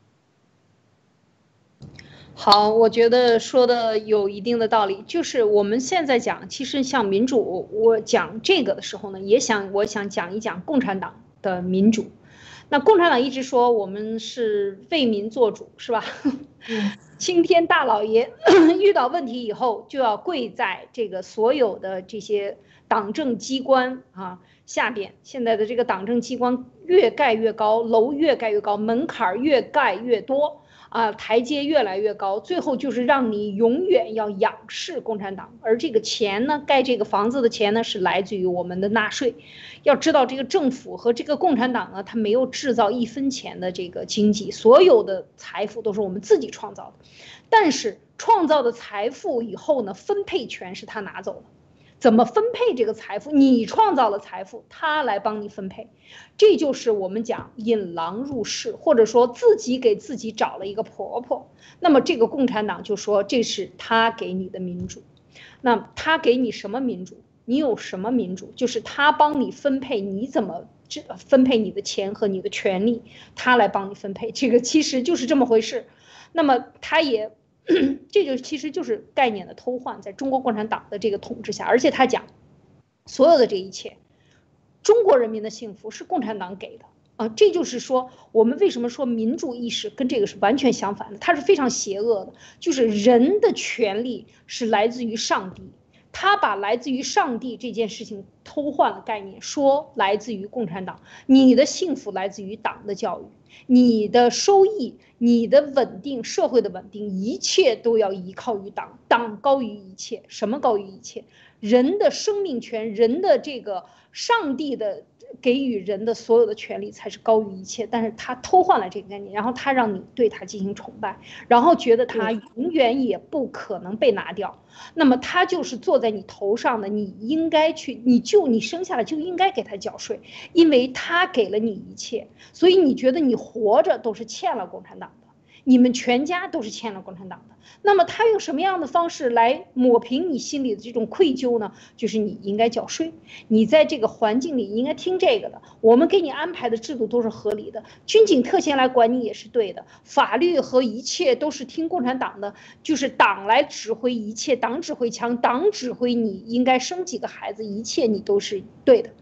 好，我觉得说的有一定的道理。就是我们现在讲，其实像民主，我讲这个的时候呢，也想我想讲一讲共产党的民主。那共产党一直说我们是为民做主，是吧？ 嗯， 青天大老爷遇到问题以后，就要跪在这个所有的这些党政机关啊下边。现在的这个党政机关越盖越高，楼越盖越高，门槛越盖越多。啊，台阶越来越高，最后就是让你永远要仰视共产党。而这个钱呢，盖这个房子的钱呢，是来自于我们的纳税。要知道，这个政府和这个共产党呢，它没有制造一分钱的这个经济，所有的财富都是我们自己创造的。但是创造的财富以后呢，分配权是他拿走了。怎么分配这个财富？你创造了财富，他来帮你分配，这就是我们讲引狼入室，或者说自己给自己找了一个婆婆。那么这个共产党就说这是他给你的民主。那他给你什么民主？你有什么民主？就是他帮你分配，你怎么分配你的钱和你的权利，他来帮你分配。这个其实就是这么回事。那么他也。这就其实就是概念的偷换，在中国共产党的这个统治下，而且他讲，所有的这一切，中国人民的幸福是共产党给的啊，这就是说，我们为什么说民主意识跟这个是完全相反的，它是非常邪恶的，就是人的权利是来自于上帝，他把来自于上帝这件事情偷换了概念，说来自于共产党，你的幸福来自于党的教育。你的收益，你的稳定，社会的稳定，一切都要依靠于党，党高于一切。什么高于一切？人的生命权，人的这个上帝的给予人的所有的权利才是高于一切。但是他偷换了这个概念，然后他让你对他进行崇拜，然后觉得他永远也不可能被拿掉。那么他就是坐在你头上的，你应该去，你就你生下来就应该给他缴税，因为他给了你一切，所以你觉得你活着都是欠了共产党的，你们全家都是欠了共产党的。那么他用什么样的方式来抹平你心里的这种愧疚呢？就是你应该缴税，你在这个环境里应该听这个的，我们给你安排的制度都是合理的，军警特遣来管你也是对的，法律和一切都是听共产党的，就是党来指挥一切，党指挥枪，党指挥你应该生几个孩子，一切你都是对的。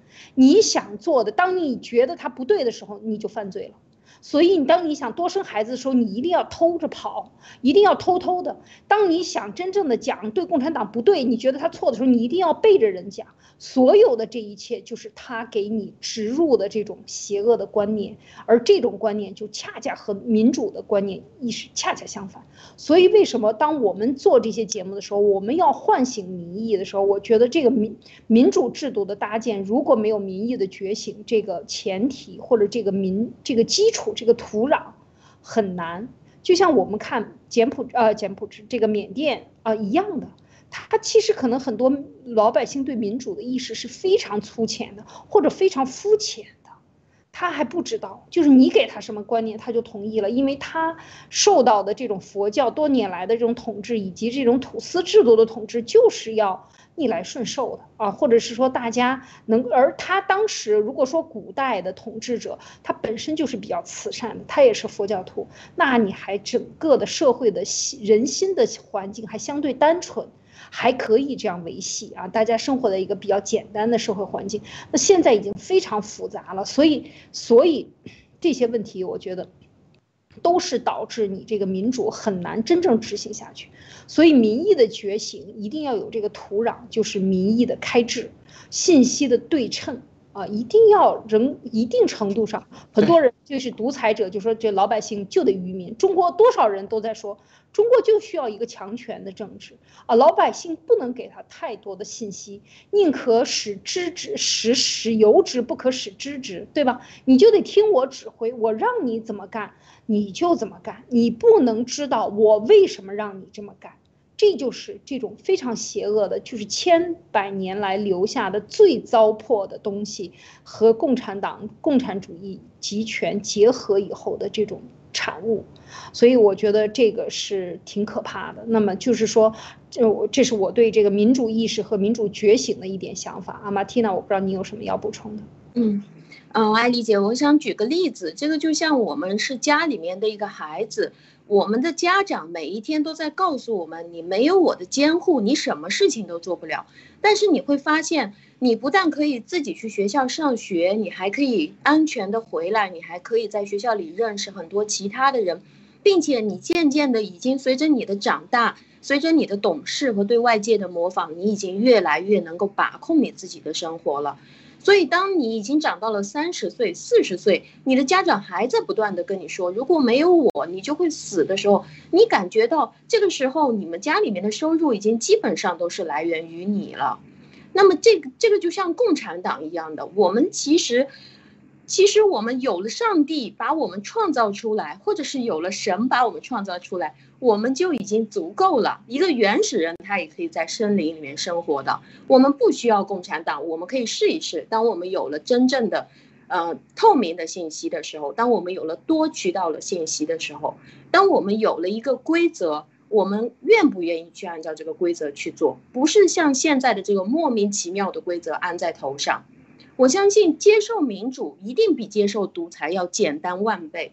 你想做的，当你觉得它不对的时候，你就犯罪了。所以，当你想多生孩子的时候，你一定要偷着跑，一定要偷偷的。当你想真正的讲对共产党不对，你觉得他错的时候，你一定要背着人讲。所有的这一切就是他给你植入的这种邪恶的观念，而这种观念就恰恰和民主的观念意识恰恰相反。所以，为什么当我们做这些节目的时候，我们要唤醒民意的时候，我觉得这个民民主制度的搭建，如果没有民意的觉醒，这个前提或者这个民这个基础。这个土壤很难，就像我们看柬埔呃柬埔寨这个缅甸啊、呃、一样的，它其实可能很多老百姓对民主的意识是非常粗浅的，或者非常肤浅的，他还不知道，就是你给他什么观念，他就同意了，因为他受到的这种佛教多年来的这种统治，以及这种土司制度的统治，就是要逆来顺受的啊，或者是说大家能，而他当时如果说古代的统治者，他本身就是比较慈善的，他也是佛教徒，那你还整个的社会的人心的环境还相对单纯，还可以这样维系啊，大家生活在一个比较简单的社会环境。那现在已经非常复杂了，所以所以这些问题，我觉得都是导致你这个民主很难真正执行下去。所以民意的觉醒一定要有这个土壤，就是民意的开智，信息的对称啊，一定要人一定程度上，很多人就是独裁者就说这老百姓就得愚民。中国多少人都在说，中国就需要一个强权的政治啊，老百姓不能给他太多的信息，宁可使知之使使由之，不可使知之，对吧？你就得听我指挥，我让你怎么干你就怎么干，你不能知道我为什么让你这么干。这就是这种非常邪恶的，就是千百年来留下的最糟粕的东西，和共产党、共产主义集权结合以后的这种产物。所以我觉得这个是挺可怕的。那么就是说，这这是我对这个民主意识和民主觉醒的一点想法啊。马蒂娜，我不知道你有什么要补充的？ 嗯。嗯，艾丽姐，我想举个例子，这个就像我们是家里面的一个孩子，我们的家长每一天都在告诉我们，你没有我的监护，你什么事情都做不了。但是你会发现，你不但可以自己去学校上学，你还可以安全的回来，你还可以在学校里认识很多其他的人，并且你渐渐的已经随着你的长大，随着你的懂事和对外界的模仿，你已经越来越能够把控你自己的生活了。所以当你已经长到了三十岁、四十岁，你的家长还在不断的跟你说，如果没有我，你就会死的时候，你感觉到这个时候你们家里面的收入已经基本上都是来源于你了。那么这个这个就像共产党一样的，我们其实其实我们有了上帝把我们创造出来，或者是有了神把我们创造出来，我们就已经足够了。一个原始人他也可以在森林里面生活的，我们不需要共产党，我们可以试一试。当我们有了真正的呃透明的信息的时候，当我们有了多渠道的信息的时候，当我们有了一个规则，我们愿不愿意去按照这个规则去做，不是像现在的这个莫名其妙的规则安在头上。我相信接受民主一定比接受独裁要简单万倍。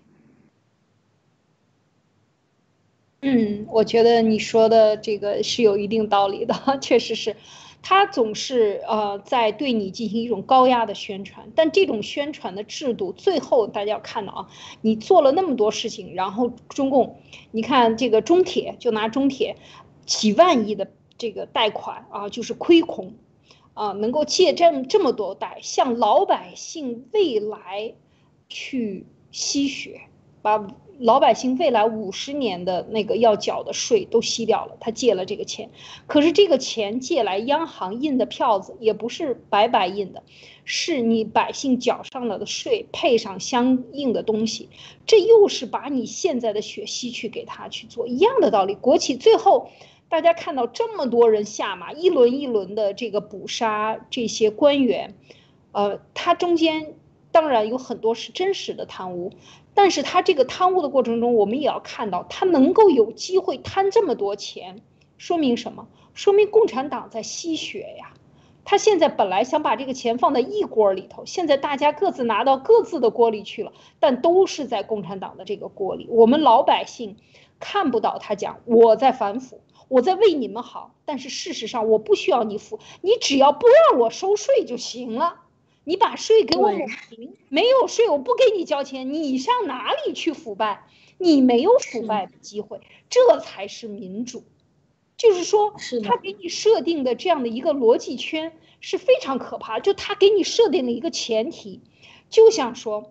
嗯，我觉得你说的这个是有一定道理的，确实是，他总是呃在对你进行一种高压的宣传，但这种宣传的制度，最后大家要看到啊，你做了那么多事情，然后中共，你看这个中铁，就拿中铁几万亿的这个贷款啊，就是亏空。啊，能够借这么这么多贷，向老百姓未来去吸血，把老百姓未来五十年的那个要缴的税都吸掉了。他借了这个钱，可是这个钱借来，央行印的票子也不是白白印的，是你百姓缴上了的税配上相应的东西，这又是把你现在的血吸去给他去做一样的道理。国企最后。大家看到这么多人下马，一轮一轮的这个捕杀这些官员，呃，他中间当然有很多是真实的贪污，但是他这个贪污的过程中，我们也要看到，他能够有机会贪这么多钱，说明什么？说明共产党在吸血呀。他现在本来想把这个钱放在一锅里头，现在大家各自拿到各自的锅里去了，但都是在共产党的这个锅里。我们老百姓看不到他讲我在反腐。我在为你们好，但是事实上我不需要你付，你只要不让我收税就行了。 你把税给我抹平，没有税我不给你交钱，你上哪里去腐败？你没有腐败的机会，这才是民主。就是说，他给你设定的这样的一个逻辑圈是非常可怕，就他给你设定了一个前提，就像说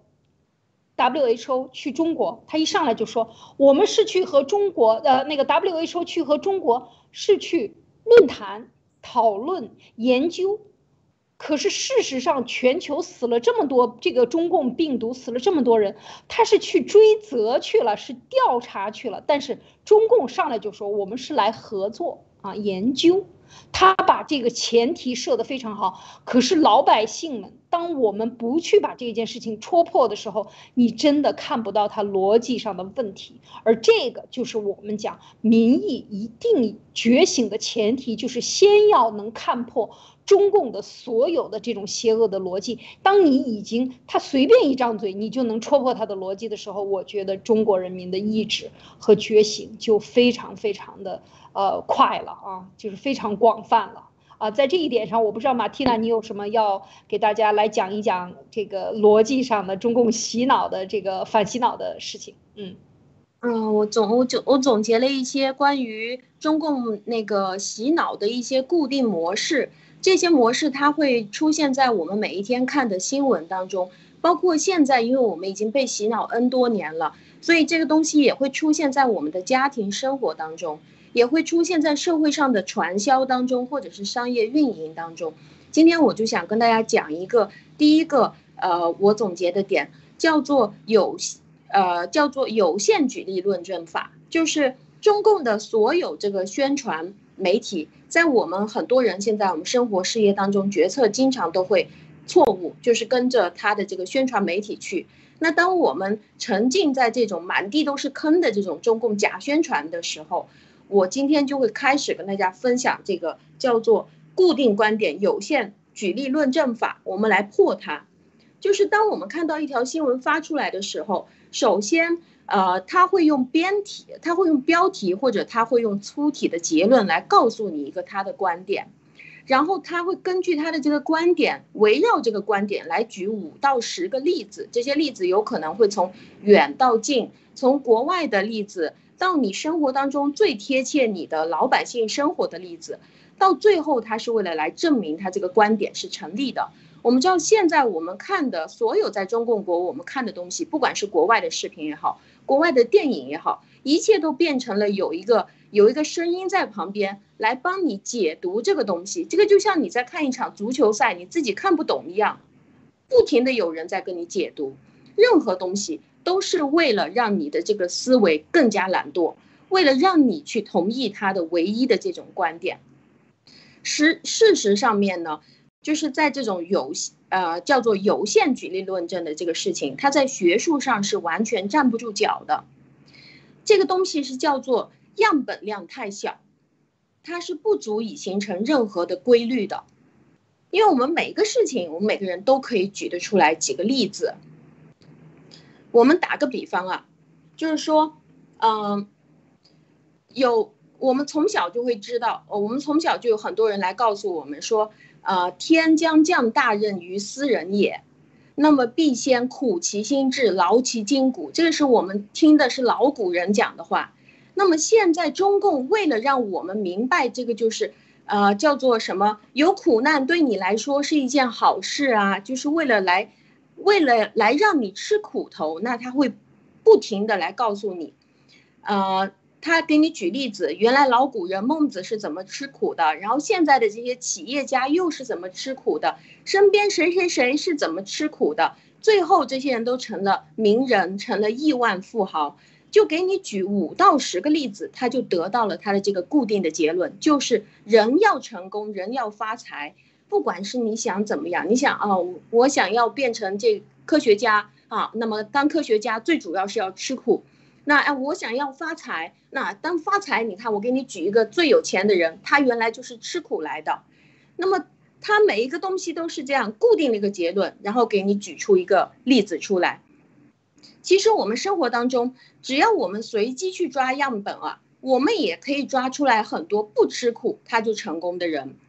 W H O 去中国，他一上来就说我们是去和中国呃那个 W H O 去和中国是去论坛讨论研究。可是事实上，全球死了这么多，这个中共病毒死了这么多人，他是去追责去了，是调查去了。但是中共上来就说我们是来合作啊，研究。他把这个前提设得非常好。可是老百姓们，当我们不去把这件事情戳破的时候，你真的看不到他逻辑上的问题。而这个就是我们讲民意一定觉醒的前提，就是先要能看破中共的所有的这种邪恶的逻辑。当你已经他随便一张嘴你就能戳破他的逻辑的时候，我觉得中国人民的意志和觉醒就非常非常的呃快了啊，就是非常广泛了啊。在这一点上，我不知道马蒂娜你有什么要给大家来讲一讲这个逻辑上的中共洗脑的这个反洗脑的事情。嗯嗯，我总我总我总结了一些关于中共那个洗脑的一些固定模式。这些模式它会出现在我们每一天看的新闻当中，包括现在，因为我们已经被洗脑 N 多年了，所以这个东西也会出现在我们的家庭生活当中，也会出现在社会上的传销当中，或者是商业运营当中。今天我就想跟大家讲一个，第一个，呃，我总结的点叫做有，呃，叫做有限举例论证法，就是中共的所有这个宣传媒体。在我们很多人现在我们生活事业当中决策经常都会错误，就是跟着他的这个宣传媒体去。那当我们沉浸在这种满地都是坑的这种中共假宣传的时候，我今天就会开始跟大家分享这个叫做固定观点有限举例论证法，我们来破它。就是当我们看到一条新闻发出来的时候，首先呃，他会用编题，他会用标题，或者他会用粗体的结论来告诉你一个他的观点，然后他会根据他的这个观点，围绕这个观点来举五到十个例子，这些例子有可能会从远到近，从国外的例子到你生活当中最贴切你的老百姓生活的例子，到最后他是为了来证明他这个观点是成立的。我们知道现在我们看的所有在中共国我们看的东西，不管是国外的视频也好，国外的电影也好，一切都变成了有一个有一个声音在旁边来帮你解读这个东西。这个就像你在看一场足球赛，你自己看不懂一样，不停的有人在跟你解读。任何东西都是为了让你的这个思维更加懒惰，为了让你去同意他的唯一的这种观点。事事实上面呢，就是在这种有呃叫做有限举例论证的这个事情，它在学术上是完全站不住脚的。这个东西是叫做样本量太小，它是不足以形成任何的规律的。因为我们每个事情，我们每个人都可以举得出来几个例子。我们打个比方啊，就是说，嗯、呃，有我们从小就会知道，我们从小就有很多人来告诉我们说，呃，天将降大任于斯人也，那么必先苦其心志，劳其筋骨。这个是我们听的是老古人讲的话。那么现在中共为了让我们明白这个，就是呃叫做什么，有苦难对你来说是一件好事啊，就是为了来为了来让你吃苦头，那他会不停的来告诉你，呃。他给你举例子，原来老古人孟子是怎么吃苦的，然后现在的这些企业家又是怎么吃苦的，身边谁谁谁是怎么吃苦的，最后这些人都成了名人，成了亿万富豪。就给你举五到十个例子，他就得到了他的这个固定的结论，就是人要成功，人要发财，不管是你想怎么样，你想啊、哦，我想要变成这科学家啊，那么当科学家最主要是要吃苦。那哎，我想要发财，那当发财，你看我给你举一个最有钱的人，他原来就是吃苦来的。那么他每一个东西都是这样固定的一个结论，然后给你举出一个例子出来。其实我们生活当中，只要我们随机去抓样本啊，我们也可以抓出来很多不吃苦他就成功的人。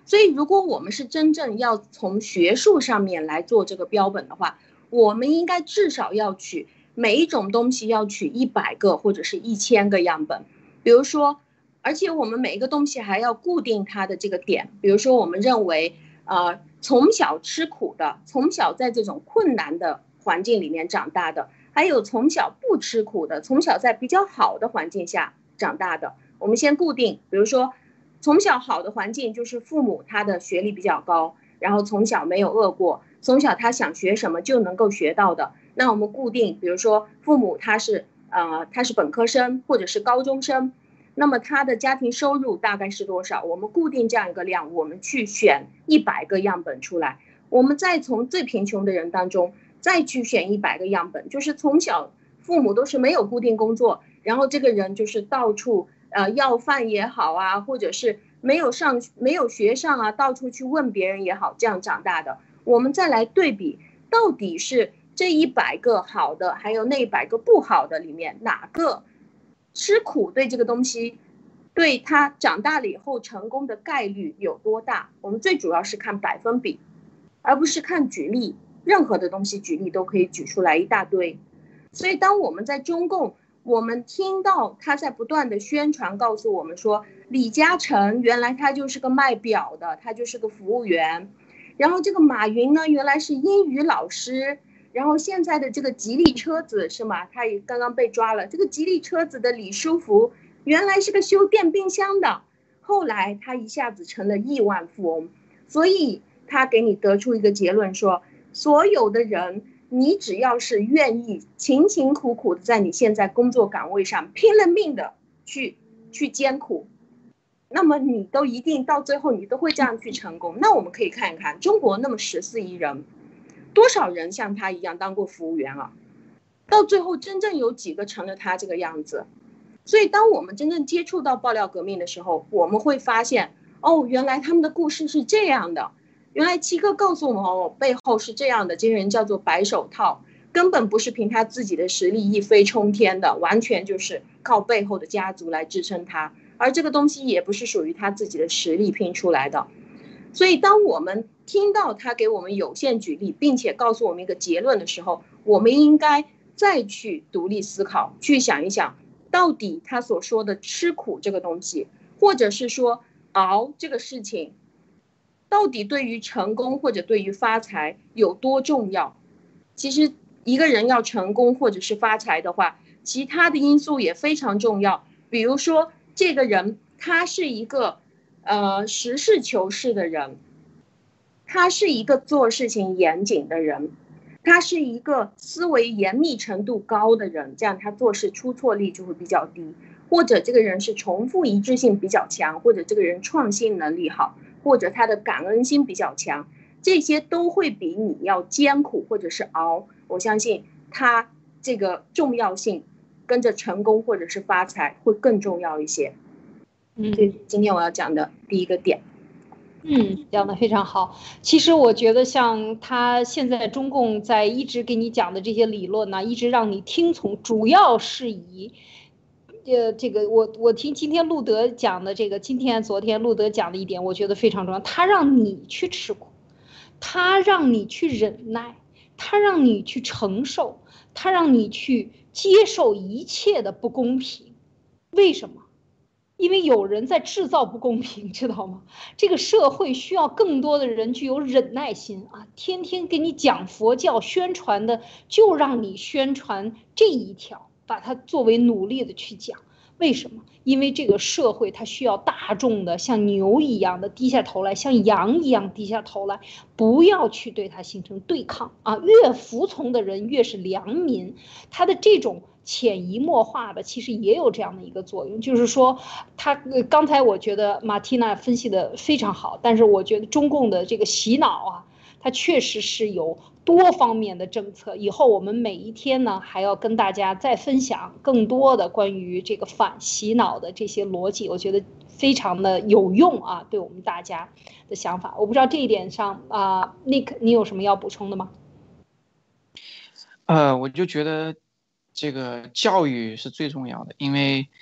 所以如果我们是真正要从学术上面来做这个标本的话，我们应该至少要取每一种东西要取一百个或者是一千个样本。比如说，而且我们每一个东西还要固定它的这个点。比如说，我们认为，呃，从小吃苦的，从小在这种困难的环境里面长大的，还有从小不吃苦的，从小在比较好的环境下长大的。我们先固定，比如说，从小好的环境就是父母他的学历比较高，然后从小没有饿过，从小他想学什么就能够学到的。那我们固定，比如说父母他是呃他是本科生或者是高中生，那么他的家庭收入大概是多少？我们固定这样一个量，我们去选一百个样本出来，我们再从最贫穷的人当中再去选一百个样本，就是从小父母都是没有固定工作，然后这个人就是到处呃要饭也好啊，或者是没有上没有学上啊，到处去问别人也好，这样长大的。我们再来对比，到底是这一百个好的，还有那一百个不好的里面，哪个吃苦对这个东西，对他长大了以后成功的概率有多大？我们最主要是看百分比，而不是看举例。任何的东西举例都可以举出来一大堆。所以当我们在中共，我们听到他在不断的宣传告诉我们说，李嘉诚原来他就是个卖表的，他就是个服务员，然后这个马云呢原来是英语老师，然后现在的这个吉利车子是吗？他也刚刚被抓了，这个吉利车子的李书福原来是个修电冰箱的，后来他一下子成了亿万富翁。所以他给你得出一个结论说，所有的人，你只要是愿意勤勤苦苦的在你现在工作岗位上拼了命的去去艰苦，那么你都一定到最后你都会这样去成功。那我们可以看一看中国那么十四亿人，多少人像他一样当过服务员啊？到最后真正有几个成了他这个样子？所以当我们真正接触到爆料革命的时候，我们会发现，哦，原来他们的故事是这样的。原来七哥告诉我们，哦，背后是这样的，这些人叫做白手套，根本不是凭他自己的实力一飞冲天的，完全就是靠背后的家族来支撑他，而这个东西也不是属于他自己的实力拼出来的。所以当我们听到他给我们有限举例，并且告诉我们一个结论的时候，我们应该再去独立思考，去想一想，到底他所说的吃苦这个东西，或者是说熬这个事情，到底对于成功或者对于发财有多重要？其实一个人要成功或者是发财的话，其他的因素也非常重要。比如说这个人他是一个呃实事求是的人，他是一个做事情严谨的人，他是一个思维严密程度高的人，这样他做事出错率就会比较低。或者这个人是重复一致性比较强，或者这个人创新能力好，或者他的感恩心比较强，这些都会比你要艰苦或者是熬，我相信他这个重要性跟着成功或者是发财会更重要一些。嗯，这是今天我要讲的第一个点。 嗯，讲得非常好。其实我觉得像他现在中共在一直给你讲的这些理论呢，一直让你听从，主要是以呃，这个我我听今天路德讲的这个，今天昨天路德讲的一点，我觉得非常重要。他让你去吃苦，他让你去忍耐，他让你去承受，他让你去接受一切的不公平。为什么？因为有人在制造不公平，知道吗？这个社会需要更多的人具有忍耐心啊！天天给你讲佛教宣传的，就让你宣传这一条。把它作为努力的去讲，为什么？因为这个社会它需要大众的像牛一样的低下头来，像羊一样低下头来，不要去对它形成对抗啊！越服从的人越是良民，他的这种潜移默化的其实也有这样的一个作用，就是说他刚才我觉得马蒂娜分析的非常好，但是我觉得中共的这个洗脑啊，它确实是有多方面的政策，以后我们每一天呢还要跟大家再分享更多的关于这个反洗脑的这些逻辑，我觉得非常的有用啊，对我们大家的想法。我不知道这一点上啊、呃、，Nick 你有什么要补充的吗？ 呃，我就觉得这个教育是最重要的，因为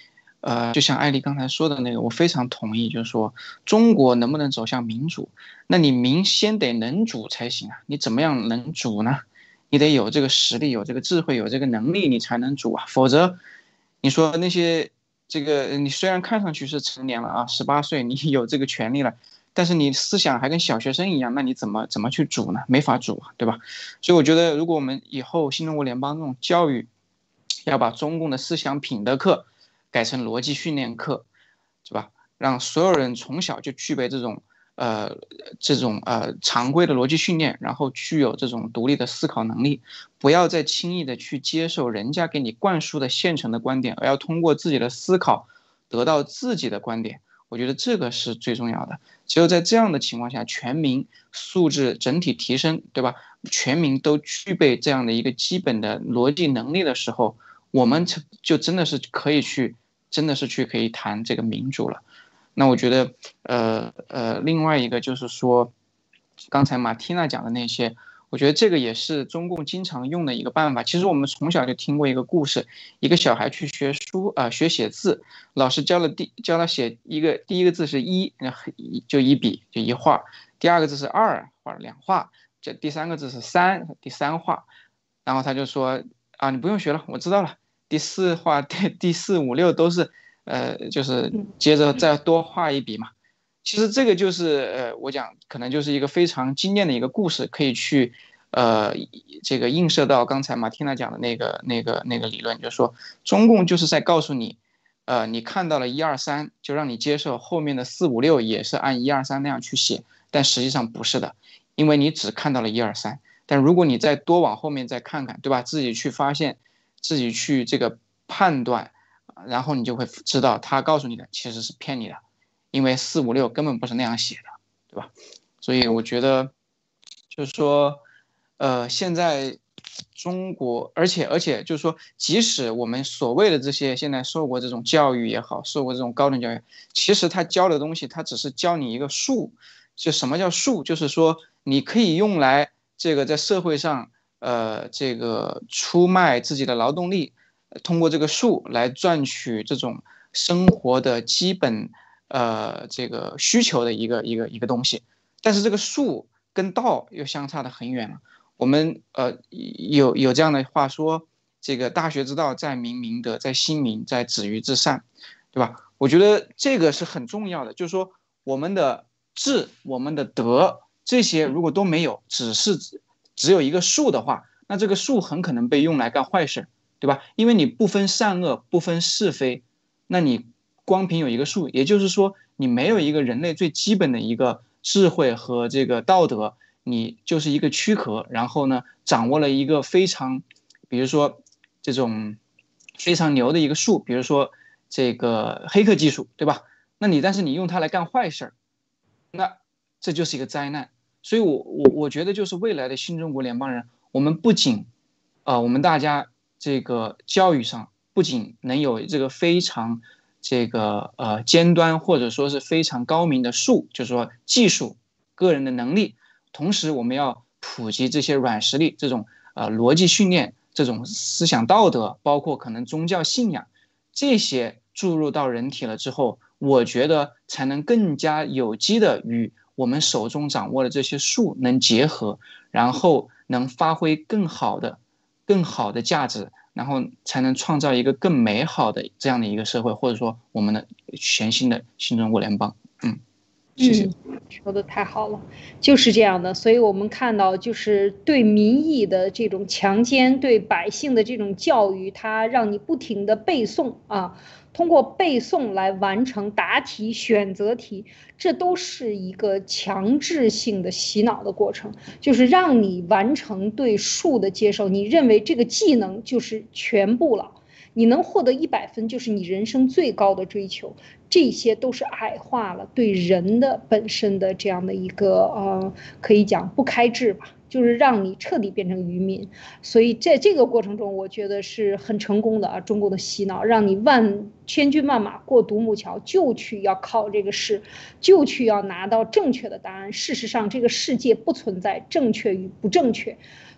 呃，就像艾丽刚才说的那个，我非常同意，就是说中国能不能走向民主，那你民先得能主才行啊，你怎么样能主呢？你得有这个实力，有这个智慧，有这个能力，你才能主啊，否则你说那些这个你虽然看上去是成年了啊，十八岁你有这个权利了，但是你思想还跟小学生一样，那你怎么怎么去主呢？没法主啊，对吧？所以我觉得，如果我们以后新中国联邦这种教育，要把中共的思想品德课改成逻辑训练课，是吧？让所有人从小就具备这种呃这种呃常规的逻辑训练，然后具有这种独立的思考能力，不要再轻易的去接受人家给你灌输的现成的观点，而要通过自己的思考得到自己的观点。我觉得这个是最重要的。只有在这样的情况下，全民素质整体提升，对吧？全民都具备这样的一个基本的逻辑能力的时候，我们就真的是可以去，真的是去可以谈这个民主了。那我觉得，呃呃，另外一个就是说，刚才马蒂娜讲的那些，我觉得这个也是中共经常用的一个办法。其实我们从小就听过一个故事，一个小孩去学书啊、呃，学写字，老师教了第教他写一个第一个字是一，就一笔就一画，第二个字是二，画了两画，这第三个字是三，第三画，然后他就说啊，你不用学了，我知道了，第四画第第四五六都是。呃，就是接着再多画一笔嘛。其实这个就是呃，我讲可能就是一个非常经典的一个故事，可以去呃这个映射到刚才马蒂娜讲的那个那个那个理论，就是说中共就是在告诉你，呃，你看到了一二三，就让你接受后面的四五六也是按一二三那样去写，但实际上不是的，因为你只看到了一二三。但如果你再多往后面再看看，对吧？自己去发现，自己去这个判断。然后你就会知道他告诉你的其实是骗你的，因为四五六根本不是那样写的，对吧？所以我觉得就是说呃现在中国而且而且就是说即使我们所谓的这些现在受过这种教育也好，受过这种高等教育，其实他教的东西他只是教你一个术。就什么叫术？就是说你可以用来这个在社会上呃这个出卖自己的劳动力，通过这个术来赚取这种生活的基本呃这个需求的一个一个一个东西，但是这个术跟道又相差得很远了。我们呃有有这样的话说，这个大学之道在明明德，在亲民，在止于至善，对吧？我觉得这个是很重要的，就是说我们的智、我们的德这些如果都没有，只是只有一个术的话，那这个术很可能被用来干坏事。对吧？因为你不分善恶，不分是非，那你光凭有一个术，也就是说你没有一个人类最基本的一个智慧和这个道德，你就是一个躯壳，然后呢，掌握了一个非常，比如说这种非常牛的一个术，比如说这个黑客技术，对吧？那你但是你用它来干坏事，那这就是一个灾难。所以我我我觉得就是未来的新中国联邦人，我们不仅啊、呃，我们大家。这个教育上不仅能有这个非常这个呃尖端或者说是非常高明的术，就是说技术、个人的能力，同时我们要普及这些软实力，这种呃逻辑训练、这种思想道德，包括可能宗教信仰，这些注入到人体了之后，我觉得才能更加有机的与我们手中掌握的这些术能结合，然后能发挥更好的。更好的价值，然后才能创造一个更美好的这样的一个社会，或者说我们的全新的新中国联邦。嗯，谢谢。 嗯，说的太好了，就是这样的。所以我们看到，就是对民意的这种强奸，对百姓的这种教育，它让你不停的背诵啊，通过背诵来完成答题、选择题，这都是一个强制性的洗脑的过程，就是让你完成对术的接受，你认为这个技能就是全部了。你能获得一百分，就是你人生最高的追求，这些都是矮化了对人的本身的这样的一个呃，可以讲不开智吧，就是让你彻底变成愚民。所以在这个过程中，我觉得是很成功的啊，中国的洗脑，让你万千军万马过独木桥，就去要考这个试，就去要拿到正确的答案。事实上，这个世界不存在正确与不正确。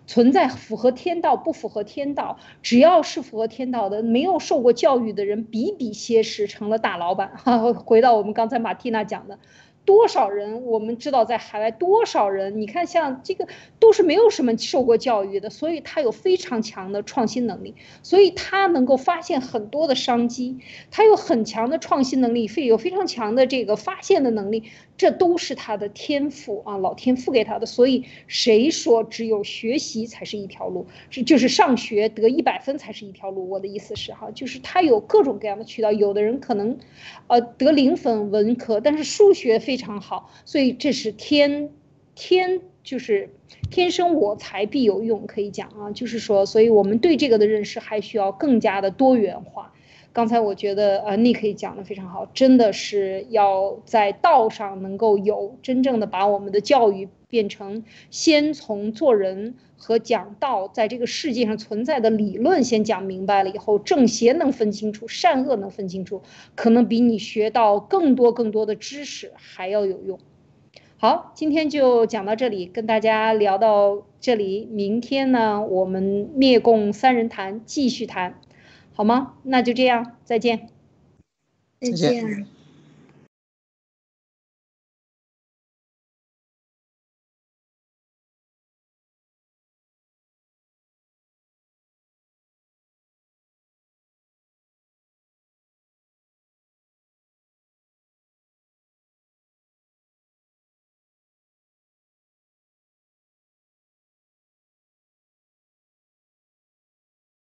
存在符合天道不符合天道，只要是符合天道的，没有受过教育的人比比皆是，成了大老板。哈，回到我们刚才马蒂娜讲的。多少人我们知道在海外多少人，你看像这个都是没有什么受过教育的，所以他有非常强的创新能力，所以他能够发现很多的商机，他有很强的创新能力，有非常强的这个发现的能力，这都是他的天赋啊，老天赋给他的。所以谁说只有学习才是一条路，是就是上学得一百分才是一条路？我的意思是哈，就是他有各种各样的渠道，有的人可能呃得零分文科，但是数学非非常好，所以这是天天就是天生我材必有用，可以讲啊，就是说，所以我们对这个的认识还需要更加的多元化。刚才我觉得呃你可以讲的非常好，真的是要在道上能够有真正的把我们的教育变成先从做人和讲道在这个世界上存在的理论先讲明白了以后，正邪能分清楚，善恶能分清楚，可能比你学到更多更多的知识还要有用。好，今天就讲到这里，跟大家聊到这里，明天呢我们灭共三人谈继续谈，好吗？那就这样，再见。 再见。